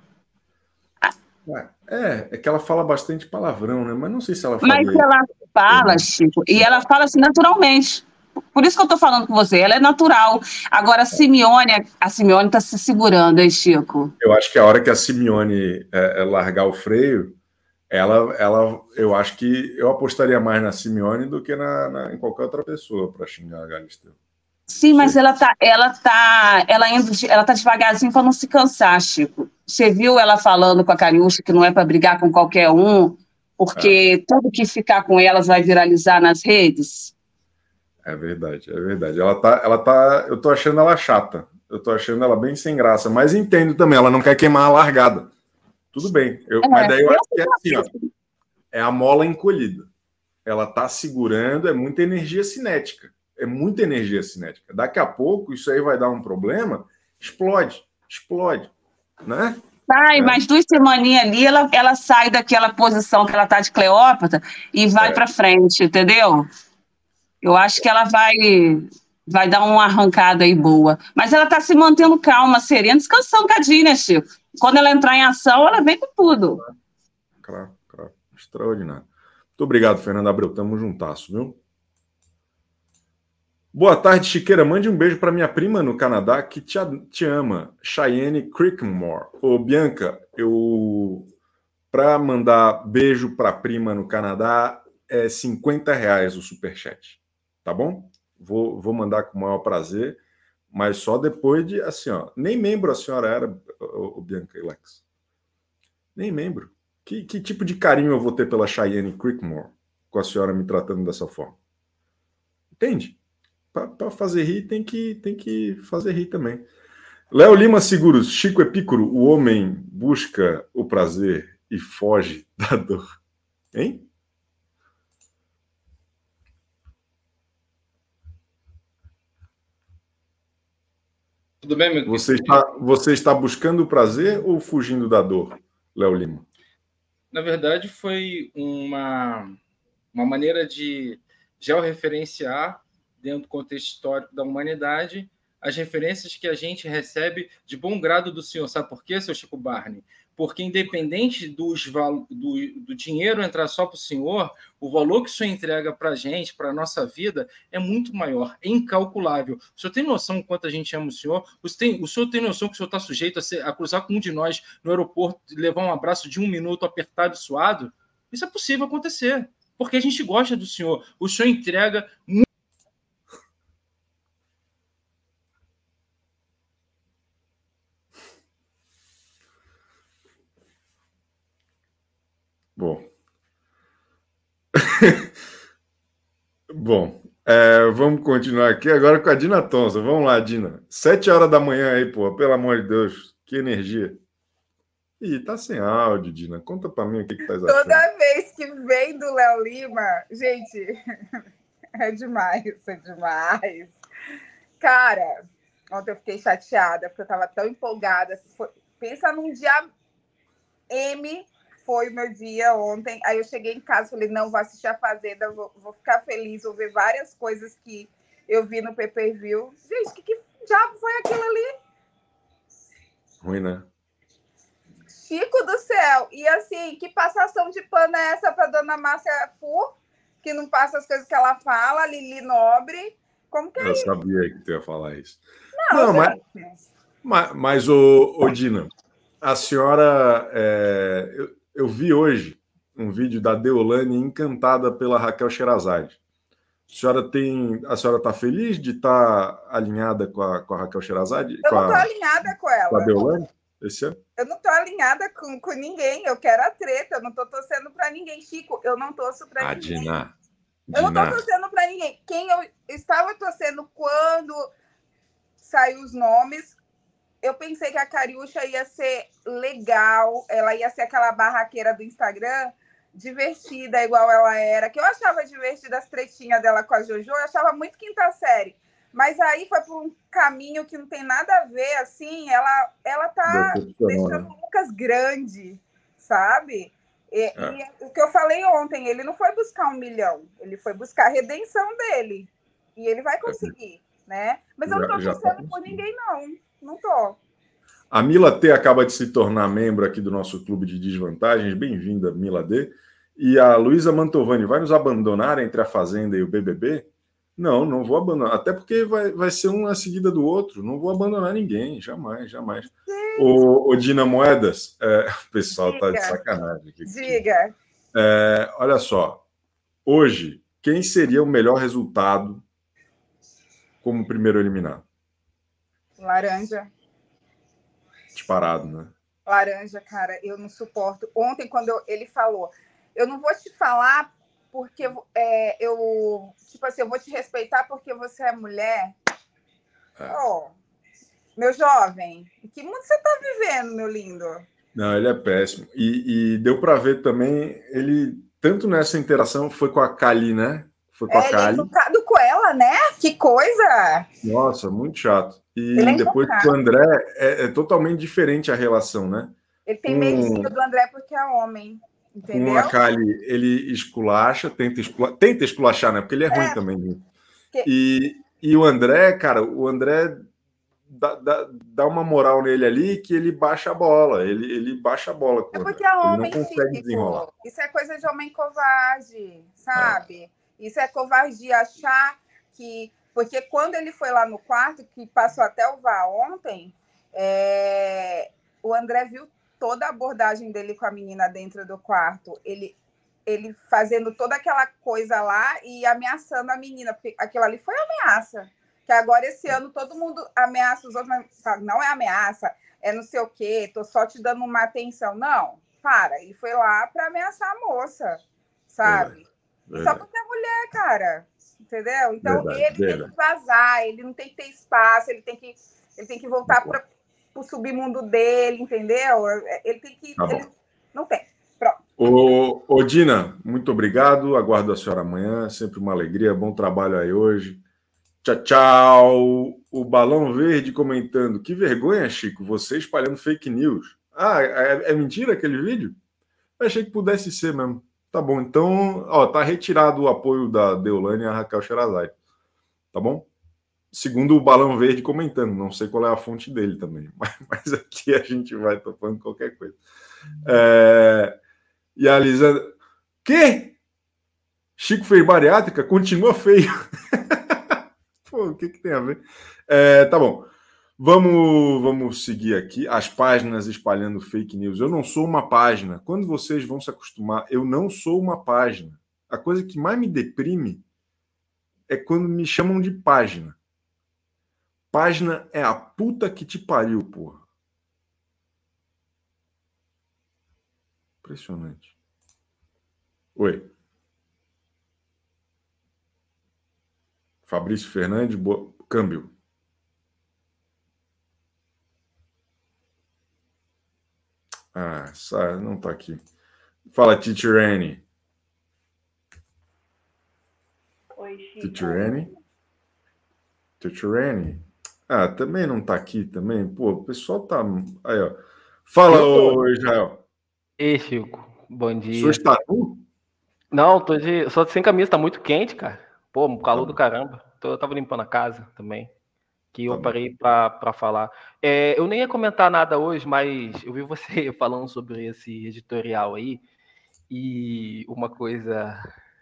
É que ela fala bastante palavrão, né? Mas não sei se ela fala. Mas ela fala, Chico, e ela fala assim naturalmente. Por isso que eu tô falando com você, ela é natural. Agora, a Simeone tá se segurando, hein, Chico? Eu acho que a hora que a Simeone largar o freio, eu acho que eu apostaria mais na Simeone do que em qualquer outra pessoa para xingar a Galisteu. Sim, mas ela tá devagarzinho para não se cansar, Chico. Você viu ela falando com a Cariúcha que não é para brigar com qualquer um, porque tudo que ficar com elas vai viralizar nas redes? É verdade. Eu tô achando ela chata. Eu tô achando ela bem sem graça, mas entendo também, ela não quer queimar a largada. Tudo bem. Mas daí eu acho que é assim, ó. É a mola encolhida. Ela tá segurando, é muita energia cinética. Daqui a pouco, isso aí vai dar um problema, explode, né? Mas 2 semaninhas ali, ela sai daquela posição que ela tá de Cleópatra e vai para frente, entendeu? Eu acho que ela vai dar uma arrancada aí boa. Mas ela está se mantendo calma, serena, descansando um cadinho, né, Chico? Quando ela entrar em ação, ela vem com tudo. Claro. Extraordinário. Muito obrigado, Fernanda Abreu. Tamo juntasso, viu? Boa tarde, Chiqueira. Mande um beijo para minha prima no Canadá que te ama, Cheyenne Crickmore. Ô, Bianca, para mandar beijo para a prima no Canadá é R$50 o superchat. Tá bom? Vou mandar com o maior prazer, mas só depois de, assim, ó, nem membro a senhora era, o Bianca e Lex. Nem membro. Que tipo de carinho eu vou ter pela Cheyenne Crickmore com a senhora me tratando dessa forma? Entende? Para fazer rir, tem que fazer rir também. Léo Lima Seguros, Chico Epícoro, o homem busca o prazer e foge da dor. Hein? Tudo bem, meu Você está buscando o prazer ou fugindo da dor, Léo Lima? Na verdade, foi uma maneira de georreferenciar, dentro do contexto histórico da humanidade, as referências que a gente recebe de bom grado do senhor. Sabe por quê, seu Chico Barney? Porque, independente do dinheiro entrar só para o senhor, o valor que o senhor entrega para a gente, para a nossa vida, é muito maior, é incalculável. O senhor tem noção do quanto a gente ama o senhor? O senhor tem noção que o senhor está sujeito a cruzar com um de nós no aeroporto e levar um abraço de 1 minuto apertado e suado? Isso é possível acontecer, porque a gente gosta do senhor. O senhor entrega muito. Bom, vamos continuar aqui agora com a Dina Tonza. Vamos lá, Dina. 7 horas da manhã aí, pô. Pelo amor de Deus. Que energia. Ih, tá sem áudio, Dina. Conta pra mim o que tá achando. Toda vez que vem do Léo Lima, gente, é demais, é demais. Cara, ontem eu fiquei chateada, porque eu tava tão empolgada. Pensa num dia M, foi o meu dia ontem. Aí eu cheguei em casa e falei, não, vou assistir a Fazenda, vou ficar feliz, vou ver várias coisas que eu vi no pay-per-view. Gente, que diabo foi aquilo ali? Ruim, né? Chico do céu! E assim, que passação de pano é essa para dona Márcia Fu, que não passa as coisas que ela fala, Lili Nobre? Como que é isso? Eu sabia que tu ia falar isso. Não, mas ô, Dina, a senhora... Eu vi hoje um vídeo da Deolane encantada pela Raquel Sherazade. A senhora está feliz de estar alinhada com a Raquel Sherazade? Eu não estou alinhada com ela. Com a Deolane? Esse ano? Eu não estou alinhada com ninguém. Eu quero a treta. Eu não estou torcendo para ninguém. Chico, eu não torço para ninguém. Dina. Eu não estou torcendo para ninguém. Quem eu estava torcendo quando saiu os nomes, eu pensei que a Cariúcha ia ser legal. Ela ia ser aquela barraqueira do Instagram, divertida, igual ela era. Que eu achava divertida as tretinhas dela com a Jojo. Eu achava muito quinta série. Mas aí foi por um caminho que não tem nada a ver, assim, ela tá deixando o Lucas grande, sabe? E o que eu falei ontem, ele não foi buscar 1 milhão, ele foi buscar a redenção dele. E ele vai conseguir, né? Mas eu não tô torcendo por ninguém, não tô. A Mila T acaba de se tornar membro aqui do nosso clube de desvantagens. Bem-vinda, Mila D. E a Luísa Mantovani vai nos abandonar entre a Fazenda e o BBB? Não vou abandonar. Até porque vai ser um na seguida do outro. Não vou abandonar ninguém. Jamais. O Dina Moedas, o pessoal tá de sacanagem aqui. Diga. Olha só. Hoje, quem seria o melhor resultado como primeiro eliminado? Laranja. Disparado, né? Laranja, cara, eu não suporto. Ontem, quando ele falou, eu não vou te falar porque eu vou te respeitar porque você é mulher. Meu jovem, que mundo você está vivendo, meu lindo? Não, ele é péssimo. E deu para ver também, ele, tanto nessa interação, foi com a Kali, né? Foi com a Kali. Ele é educado com ela, né? Que coisa! Nossa, muito chato. E depois com o André, é totalmente diferente a relação, né? Ele tem medinho do André porque é homem. Entendeu? Com a Kali, ele esculacha, tenta esculachar, né? Porque ele é ruim também. E o André, cara, dá uma moral nele ali que ele baixa a bola. Ele baixa a bola. É porque é homem, ele não consegue desenrolar. Isso é coisa de homem covarde, sabe? Isso é covardia achar que... Porque quando ele foi lá no quarto, que passou até o VAR ontem, o André viu toda a abordagem dele com a menina dentro do quarto. Ele fazendo toda aquela coisa lá e ameaçando a menina, porque aquilo ali foi ameaça. Que agora, esse ano, todo mundo ameaça os outros, mas não é ameaça, é não sei o quê, tô só te dando uma atenção. Não, para. Ele foi lá para ameaçar a moça, sabe? Só porque é mulher, cara. Entendeu? Então, ele tem que vazar, ele não tem que ter espaço, ele tem que voltar para o submundo dele, entendeu? Ele tem que... não tem. Ô, Dina, muito obrigado. Aguardo a senhora amanhã. Sempre uma alegria. Bom trabalho aí hoje. Tchau, tchau. O Balão Verde comentando. Que vergonha, Chico, você espalhando fake news. Ah, é mentira aquele vídeo? Eu achei que pudesse ser mesmo. Tá bom, então, ó, tá retirado o apoio da Deolane e a Raquel Sherazade. Tá bom? Segundo o Balão Verde comentando. Não sei qual é a fonte dele também. Mas aqui a gente vai topando qualquer coisa. E a Lisandra... Que? Chico fez bariátrica? Continua feio. Pô, o que tem a ver? Tá bom. Vamos seguir aqui. As páginas espalhando fake news. Eu não sou uma página. Quando vocês vão se acostumar, eu não sou uma página. A coisa que mais me deprime é quando me chamam de página. Página é a puta que te pariu, porra. Impressionante. Oi. Fabrício Fernandes, câmbio. Ah, não tá aqui. Fala, Teacher Annie. Oi, Chico. Teacher Annie. Ah, também não tá aqui também. Pô, o pessoal tá... Aí, ó. Fala, ô Israel. Ei, Chico. Bom dia. O senhor está nu? Não, só sem camisa, tá muito quente, cara. Pô, calor do caramba. Eu tava limpando a casa também. Que eu parei para falar. Eu nem ia comentar nada hoje, mas eu vi você falando sobre esse editorial aí. E uma coisa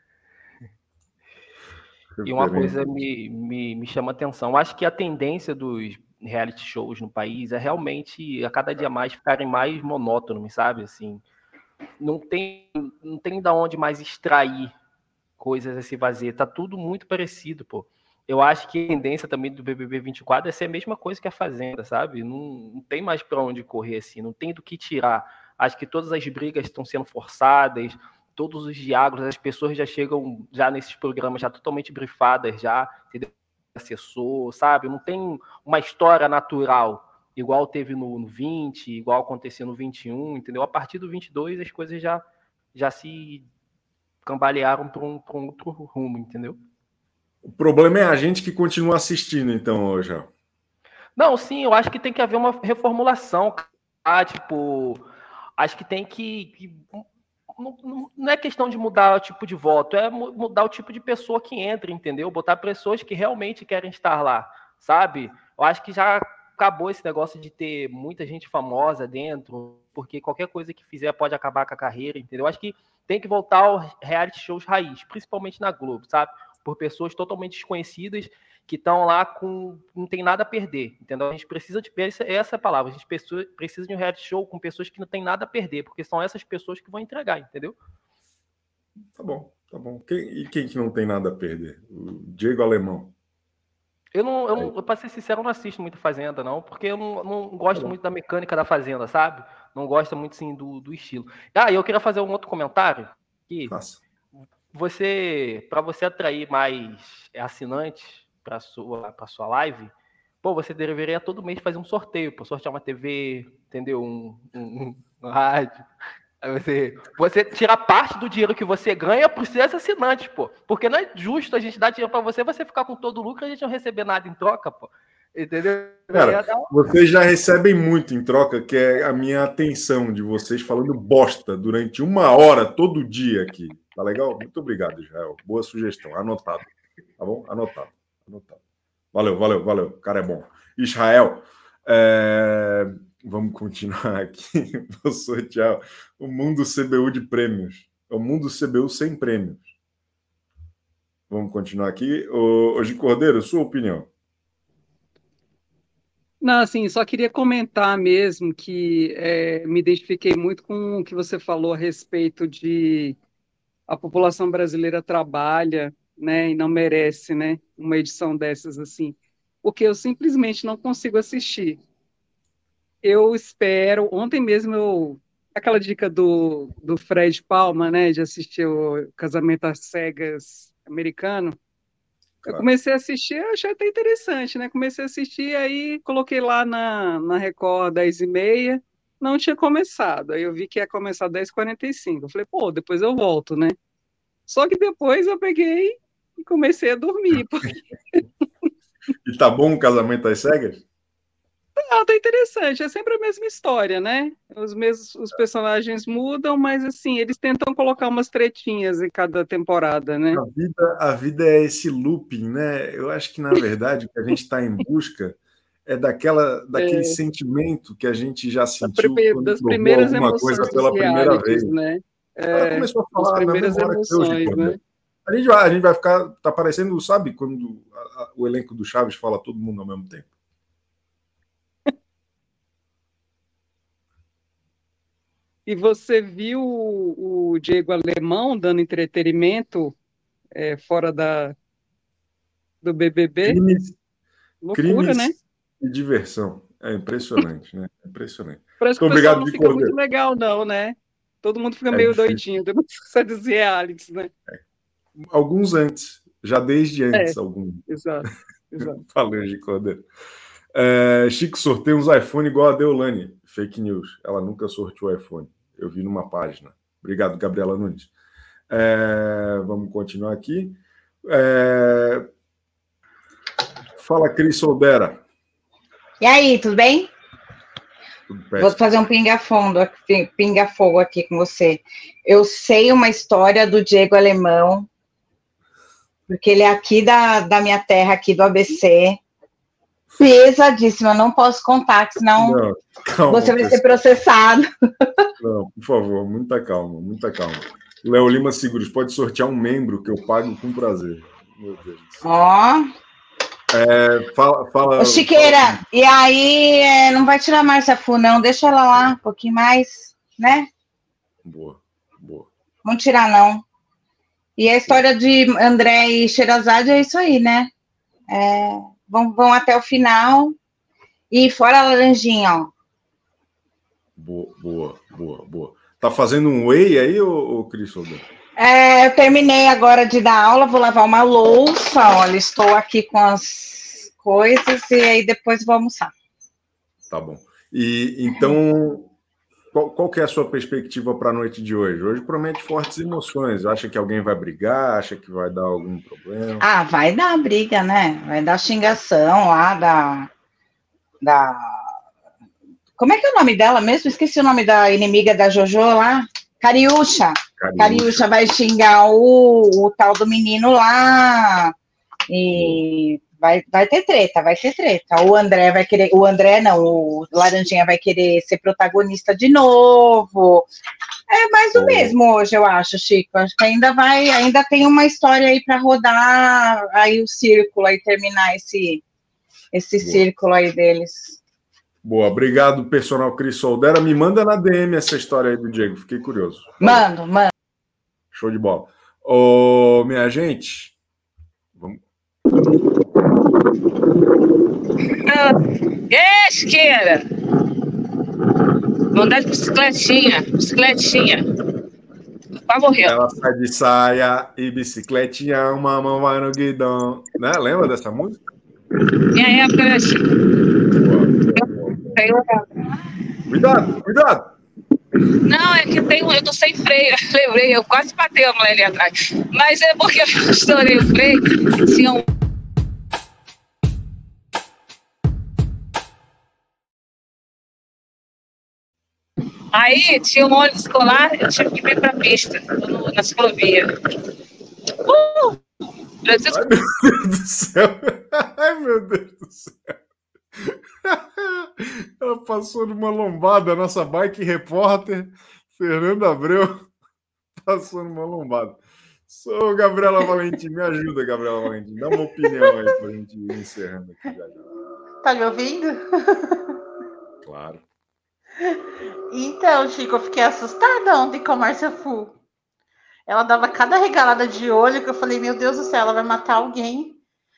me chama atenção. Acho que a tendência dos reality shows no país é realmente a cada dia mais ficarem mais monótonos, sabe? Assim, não tem da onde mais extrair coisas a se fazer. Tá tudo muito parecido, pô. Eu acho que a tendência também do BBB 24 é ser a mesma coisa que a Fazenda, sabe? Não tem mais para onde correr assim, não tem do que tirar. Acho que todas as brigas estão sendo forçadas, todos os diálogos, as pessoas já chegam já nesses programas já totalmente brifadas, já assessor, sabe? Não tem uma história natural, igual teve no 20, igual aconteceu no 21, entendeu? A partir do 22 as coisas já se cambalearam para um outro rumo, entendeu? O problema é a gente que continua assistindo, então, hoje. Não, sim, eu acho que tem que haver uma reformulação. Tipo, acho que tem que não é questão de mudar o tipo de voto, é mudar o tipo de pessoa que entra, entendeu? Botar pessoas que realmente querem estar lá, sabe? Eu acho que já acabou esse negócio de ter muita gente famosa dentro, porque qualquer coisa que fizer pode acabar com a carreira, entendeu? Eu acho que tem que voltar aos reality shows raiz, principalmente na Globo, sabe? Por pessoas totalmente desconhecidas que estão lá não tem nada a perder, entendeu? A gente precisa de essa palavra, a gente precisa de um reality show com pessoas que não tem nada a perder, porque são essas pessoas que vão entregar, entendeu? Tá bom. E quem que não tem nada a perder? O Diego Alemão. Eu pra ser sincero, eu não assisto muito Fazenda, não, porque eu não gosto muito da mecânica da Fazenda, sabe? Não gosto muito, sim, do estilo. E eu queria fazer um outro comentário, que para você atrair mais assinantes para sua live, pô, você deveria todo mês fazer um sorteio, pô, sortear uma TV, entendeu? Um rádio. Aí você tirar parte do dinheiro que você ganha para os seus assinantes, pô. Porque não é justo a gente dar dinheiro para você ficar com todo o lucro e a gente não receber nada em troca, pô. Entendeu? Cara, vocês já recebem muito em troca, que é a minha atenção de vocês falando bosta durante 1 hora todo dia aqui. Tá legal? Muito obrigado, Israel. Boa sugestão. Anotado. Tá bom? Anotado. Valeu. O cara é bom. Israel, vamos continuar aqui. Vou sortear o Mundo CBU de prêmios. É o Mundo CBU sem prêmios. Vamos continuar aqui. Hoje, Cordeiro, sua opinião. Não, assim, só queria comentar mesmo que me identifiquei muito com o que você falou a respeito de a população brasileira trabalha, né, e não merece, né, uma edição dessas assim, porque eu simplesmente não consigo assistir. Eu espero, ontem mesmo aquela dica do Fred Palma, né, de assistir o Casamento às Cegas americano. Eu comecei a assistir, eu achei até interessante, né? Comecei a assistir, aí coloquei lá na Record 10h30, não tinha começado. Aí eu vi que ia começar 10h45. Eu falei, pô, depois eu volto, né? Só que depois eu peguei e comecei a dormir. Porque... E tá bom o Casamento às Cegas? tá interessante. É sempre a mesma história, né? Os personagens mudam, mas assim, eles tentam colocar umas tretinhas em cada temporada, né? A vida é esse looping, né? Eu acho que, na verdade, o que a gente está em busca é daquele sentimento que a gente já sentiu das quando primeiras alguma emoções coisa pela primeira vez. Né? Ela começou a falar as primeiras na memória emoções, hoje, né? A gente vai ficar, tá parecendo, sabe, quando o elenco do Chaves fala todo mundo ao mesmo tempo. E você viu o Diego Alemão dando entretenimento fora do BBB? Loucura, né? E diversão. É impressionante, né? Impressionante. Parece que o pessoal não fica muito legal, não, né? Todo mundo fica meio doidinho, dos realities, né? Alguns antes, já desde antes, alguns. Exato. Falando de Cordeiro. Chico sorteia uns iPhone igual a Deolane. Fake news. Ela nunca sorteou iPhone. Eu vi numa página. Obrigado, Gabriela Nunes. Vamos continuar aqui. Fala, Cris Soldera. E aí, tudo bem? Tudo bem. Vou fazer um pinga-fogo aqui com você. Eu sei uma história do Diego Alemão, porque ele é aqui da minha terra, aqui do ABC. Pesadíssima, não posso contar, senão você vai ser processado. Não, por favor, muita calma, muita calma. Léo Lima Seguros, pode sortear um membro que eu pago com prazer. Meu Deus do céu. Ó. Fala. Ô, Chiqueira, e aí não vai tirar a Márcia Fu, não, deixa ela lá um pouquinho mais, né? Boa. Não tirar, não. E a história de André e Sherazade é isso aí, né? Vão até o final e fora a laranjinha, ó. Boa. Tá fazendo um whey aí, ô Cris? Eu terminei agora de dar aula, vou lavar uma louça, olha, estou aqui com as coisas e aí depois vou almoçar. Tá bom. E então, qual que é a sua perspectiva para a noite de hoje? Hoje promete fortes emoções. Acha que alguém vai brigar? Acha que vai dar algum problema? Ah, vai dar briga, né? Vai dar xingação lá da... Como é que é o nome dela mesmo? Esqueci o nome da inimiga da Jojo lá. Cariúcha vai xingar o tal do menino lá. E vai ter treta. O o Laranjinha vai querer ser protagonista de novo. É mais do mesmo hoje, eu acho, Chico. Acho que ainda tem uma história aí para rodar aí o círculo aí, terminar esse círculo aí deles. Boa, obrigado, personal Cris Soldera. Me manda na DM essa história aí do Diego, fiquei curioso. Mando. Show de bola. Minha gente, vamos. Esquerda! Vou andar de bicicletinha. Pra morrer. Ela sai de saia e bicicletinha, uma mão vai no guidão. Né? Lembra dessa música? Minha época era assim. Cuidado! Não, é que eu tô sem freio, lembrei, eu quase batei a mulher ali atrás. Mas é porque eu estourei o freio, tinha um... Aí tinha um ônibus escolar, eu tive que vir pra pista, na ciclovia. Ai, meu Deus do céu! Ela passou numa lombada, nossa bike repórter Fernanda Abreu passou numa lombada. Sou Gabriela Valentim, me ajuda, Gabriela Valentim, dá uma opinião aí pra gente ir encerrando aqui. Tá me ouvindo? Claro. Então, Chico, eu fiquei assustada ontem com a Márcia Fu. Ela dava cada regalada de olho que eu falei, meu Deus do céu, ela vai matar alguém.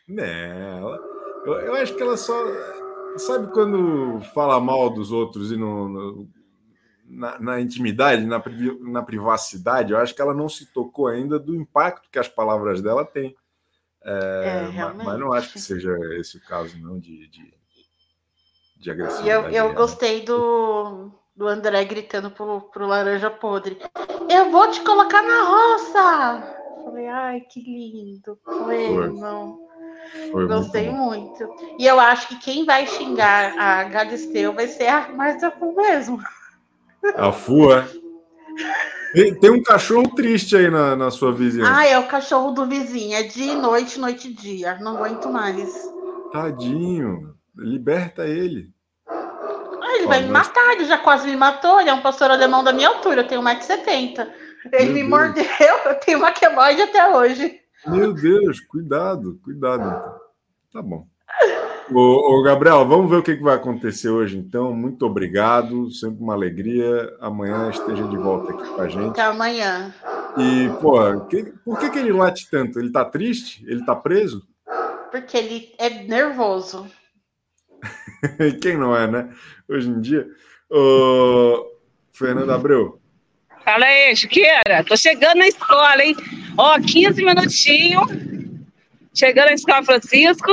Eu acho que ela só... Sabe quando fala mal dos outros e na intimidade, na privacidade? Eu acho que ela não se tocou ainda do impacto que as palavras dela têm. Mas não acho que seja esse o caso, não, de agressividade. Eu gostei do André gritando pro Laranja Podre: eu vou te colocar na roça! Falei, ai, que lindo. Não. Gostei muito. E eu acho que quem vai xingar a Galisteu vai ser a Marcia Fu mesmo. A Fu, é? Tem um cachorro triste aí na sua vizinhança. Ah, é o cachorro do vizinho. É dia e noite, noite e dia. Não aguento mais. Tadinho. Liberta ele. Ele vai me matar, ele já quase me matou. Ele é um pastor alemão da minha altura, eu tenho 1,70 m. Ele me mordeu, eu tenho uma queimose até hoje. Meu Deus, cuidado então. Tá bom. Ô, Gabriel, vamos ver o que vai acontecer hoje, então. Muito obrigado, sempre uma alegria. Amanhã esteja de volta aqui com a gente. Até amanhã. E, pô, por que ele late tanto? Ele tá triste? Ele tá preso? Porque ele é nervoso. Quem não é, né? Hoje em dia. Ô, Fernando Abreu. Fala aí, Chiqueira. Tô chegando na escola, hein? Ó, 15 minutinhos. Chegando na escola Francisco.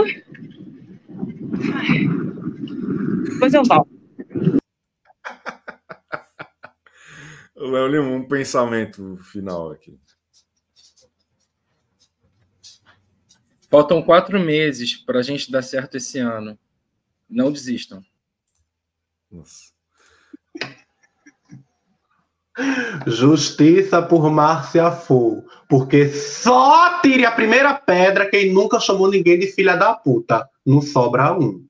Depois eu volto. Léo Lima, um pensamento final aqui. Faltam 4 meses para a gente dar certo esse ano. Não desistam. Nossa. Justiça por Marcia Fu, porque só tire a primeira pedra quem nunca chamou ninguém de filha da puta. Não sobra um.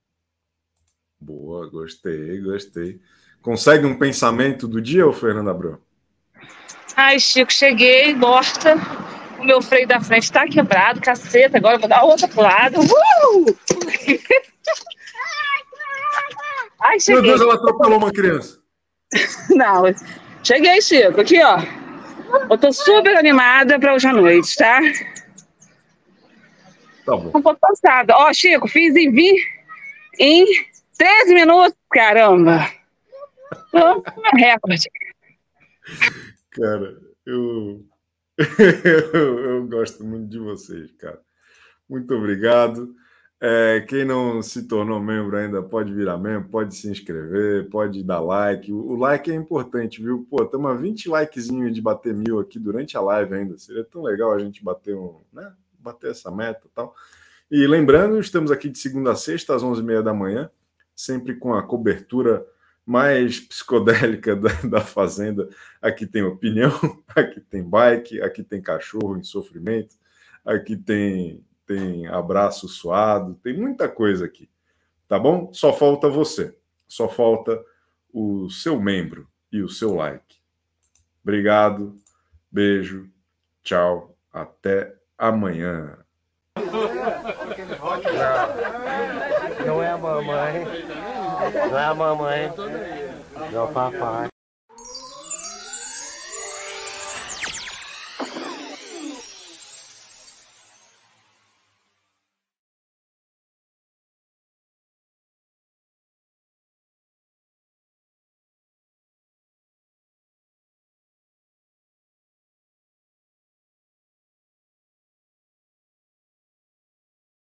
Boa, gostei. Consegue um pensamento do dia, ô Fernando Abreu? Ai, Chico, cheguei, morta. O meu freio da frente tá quebrado, caceta. Agora eu vou dar outra pro lado. Ai, cheguei. Meu Deus, ela atropelou uma criança. Não, cheguei, Chico. Aqui, ó. Eu tô super animada pra hoje à noite, tá? Tá bom. Um pouco cansada. Ó, Chico, fiz em 13 minutos, caramba. Recorde. Cara, eu gosto muito de vocês, cara. Muito obrigado. Quem não se tornou membro ainda pode virar membro, pode se inscrever, pode dar like. O like é importante, viu? Pô, estamos a 20 likezinhos de bater 1000 aqui durante a live ainda. Seria tão legal a gente bater essa meta e tal. E lembrando, estamos aqui de segunda a sexta, às 11h30 da manhã, sempre com a cobertura mais psicodélica da Fazenda. Aqui tem opinião, aqui tem bike, aqui tem cachorro em sofrimento, aqui tem abraço suado, tem muita coisa aqui, tá bom? Só falta você, só falta o seu membro e o seu like. Obrigado, beijo, tchau, até amanhã. Não é a mamãe, não é o papai.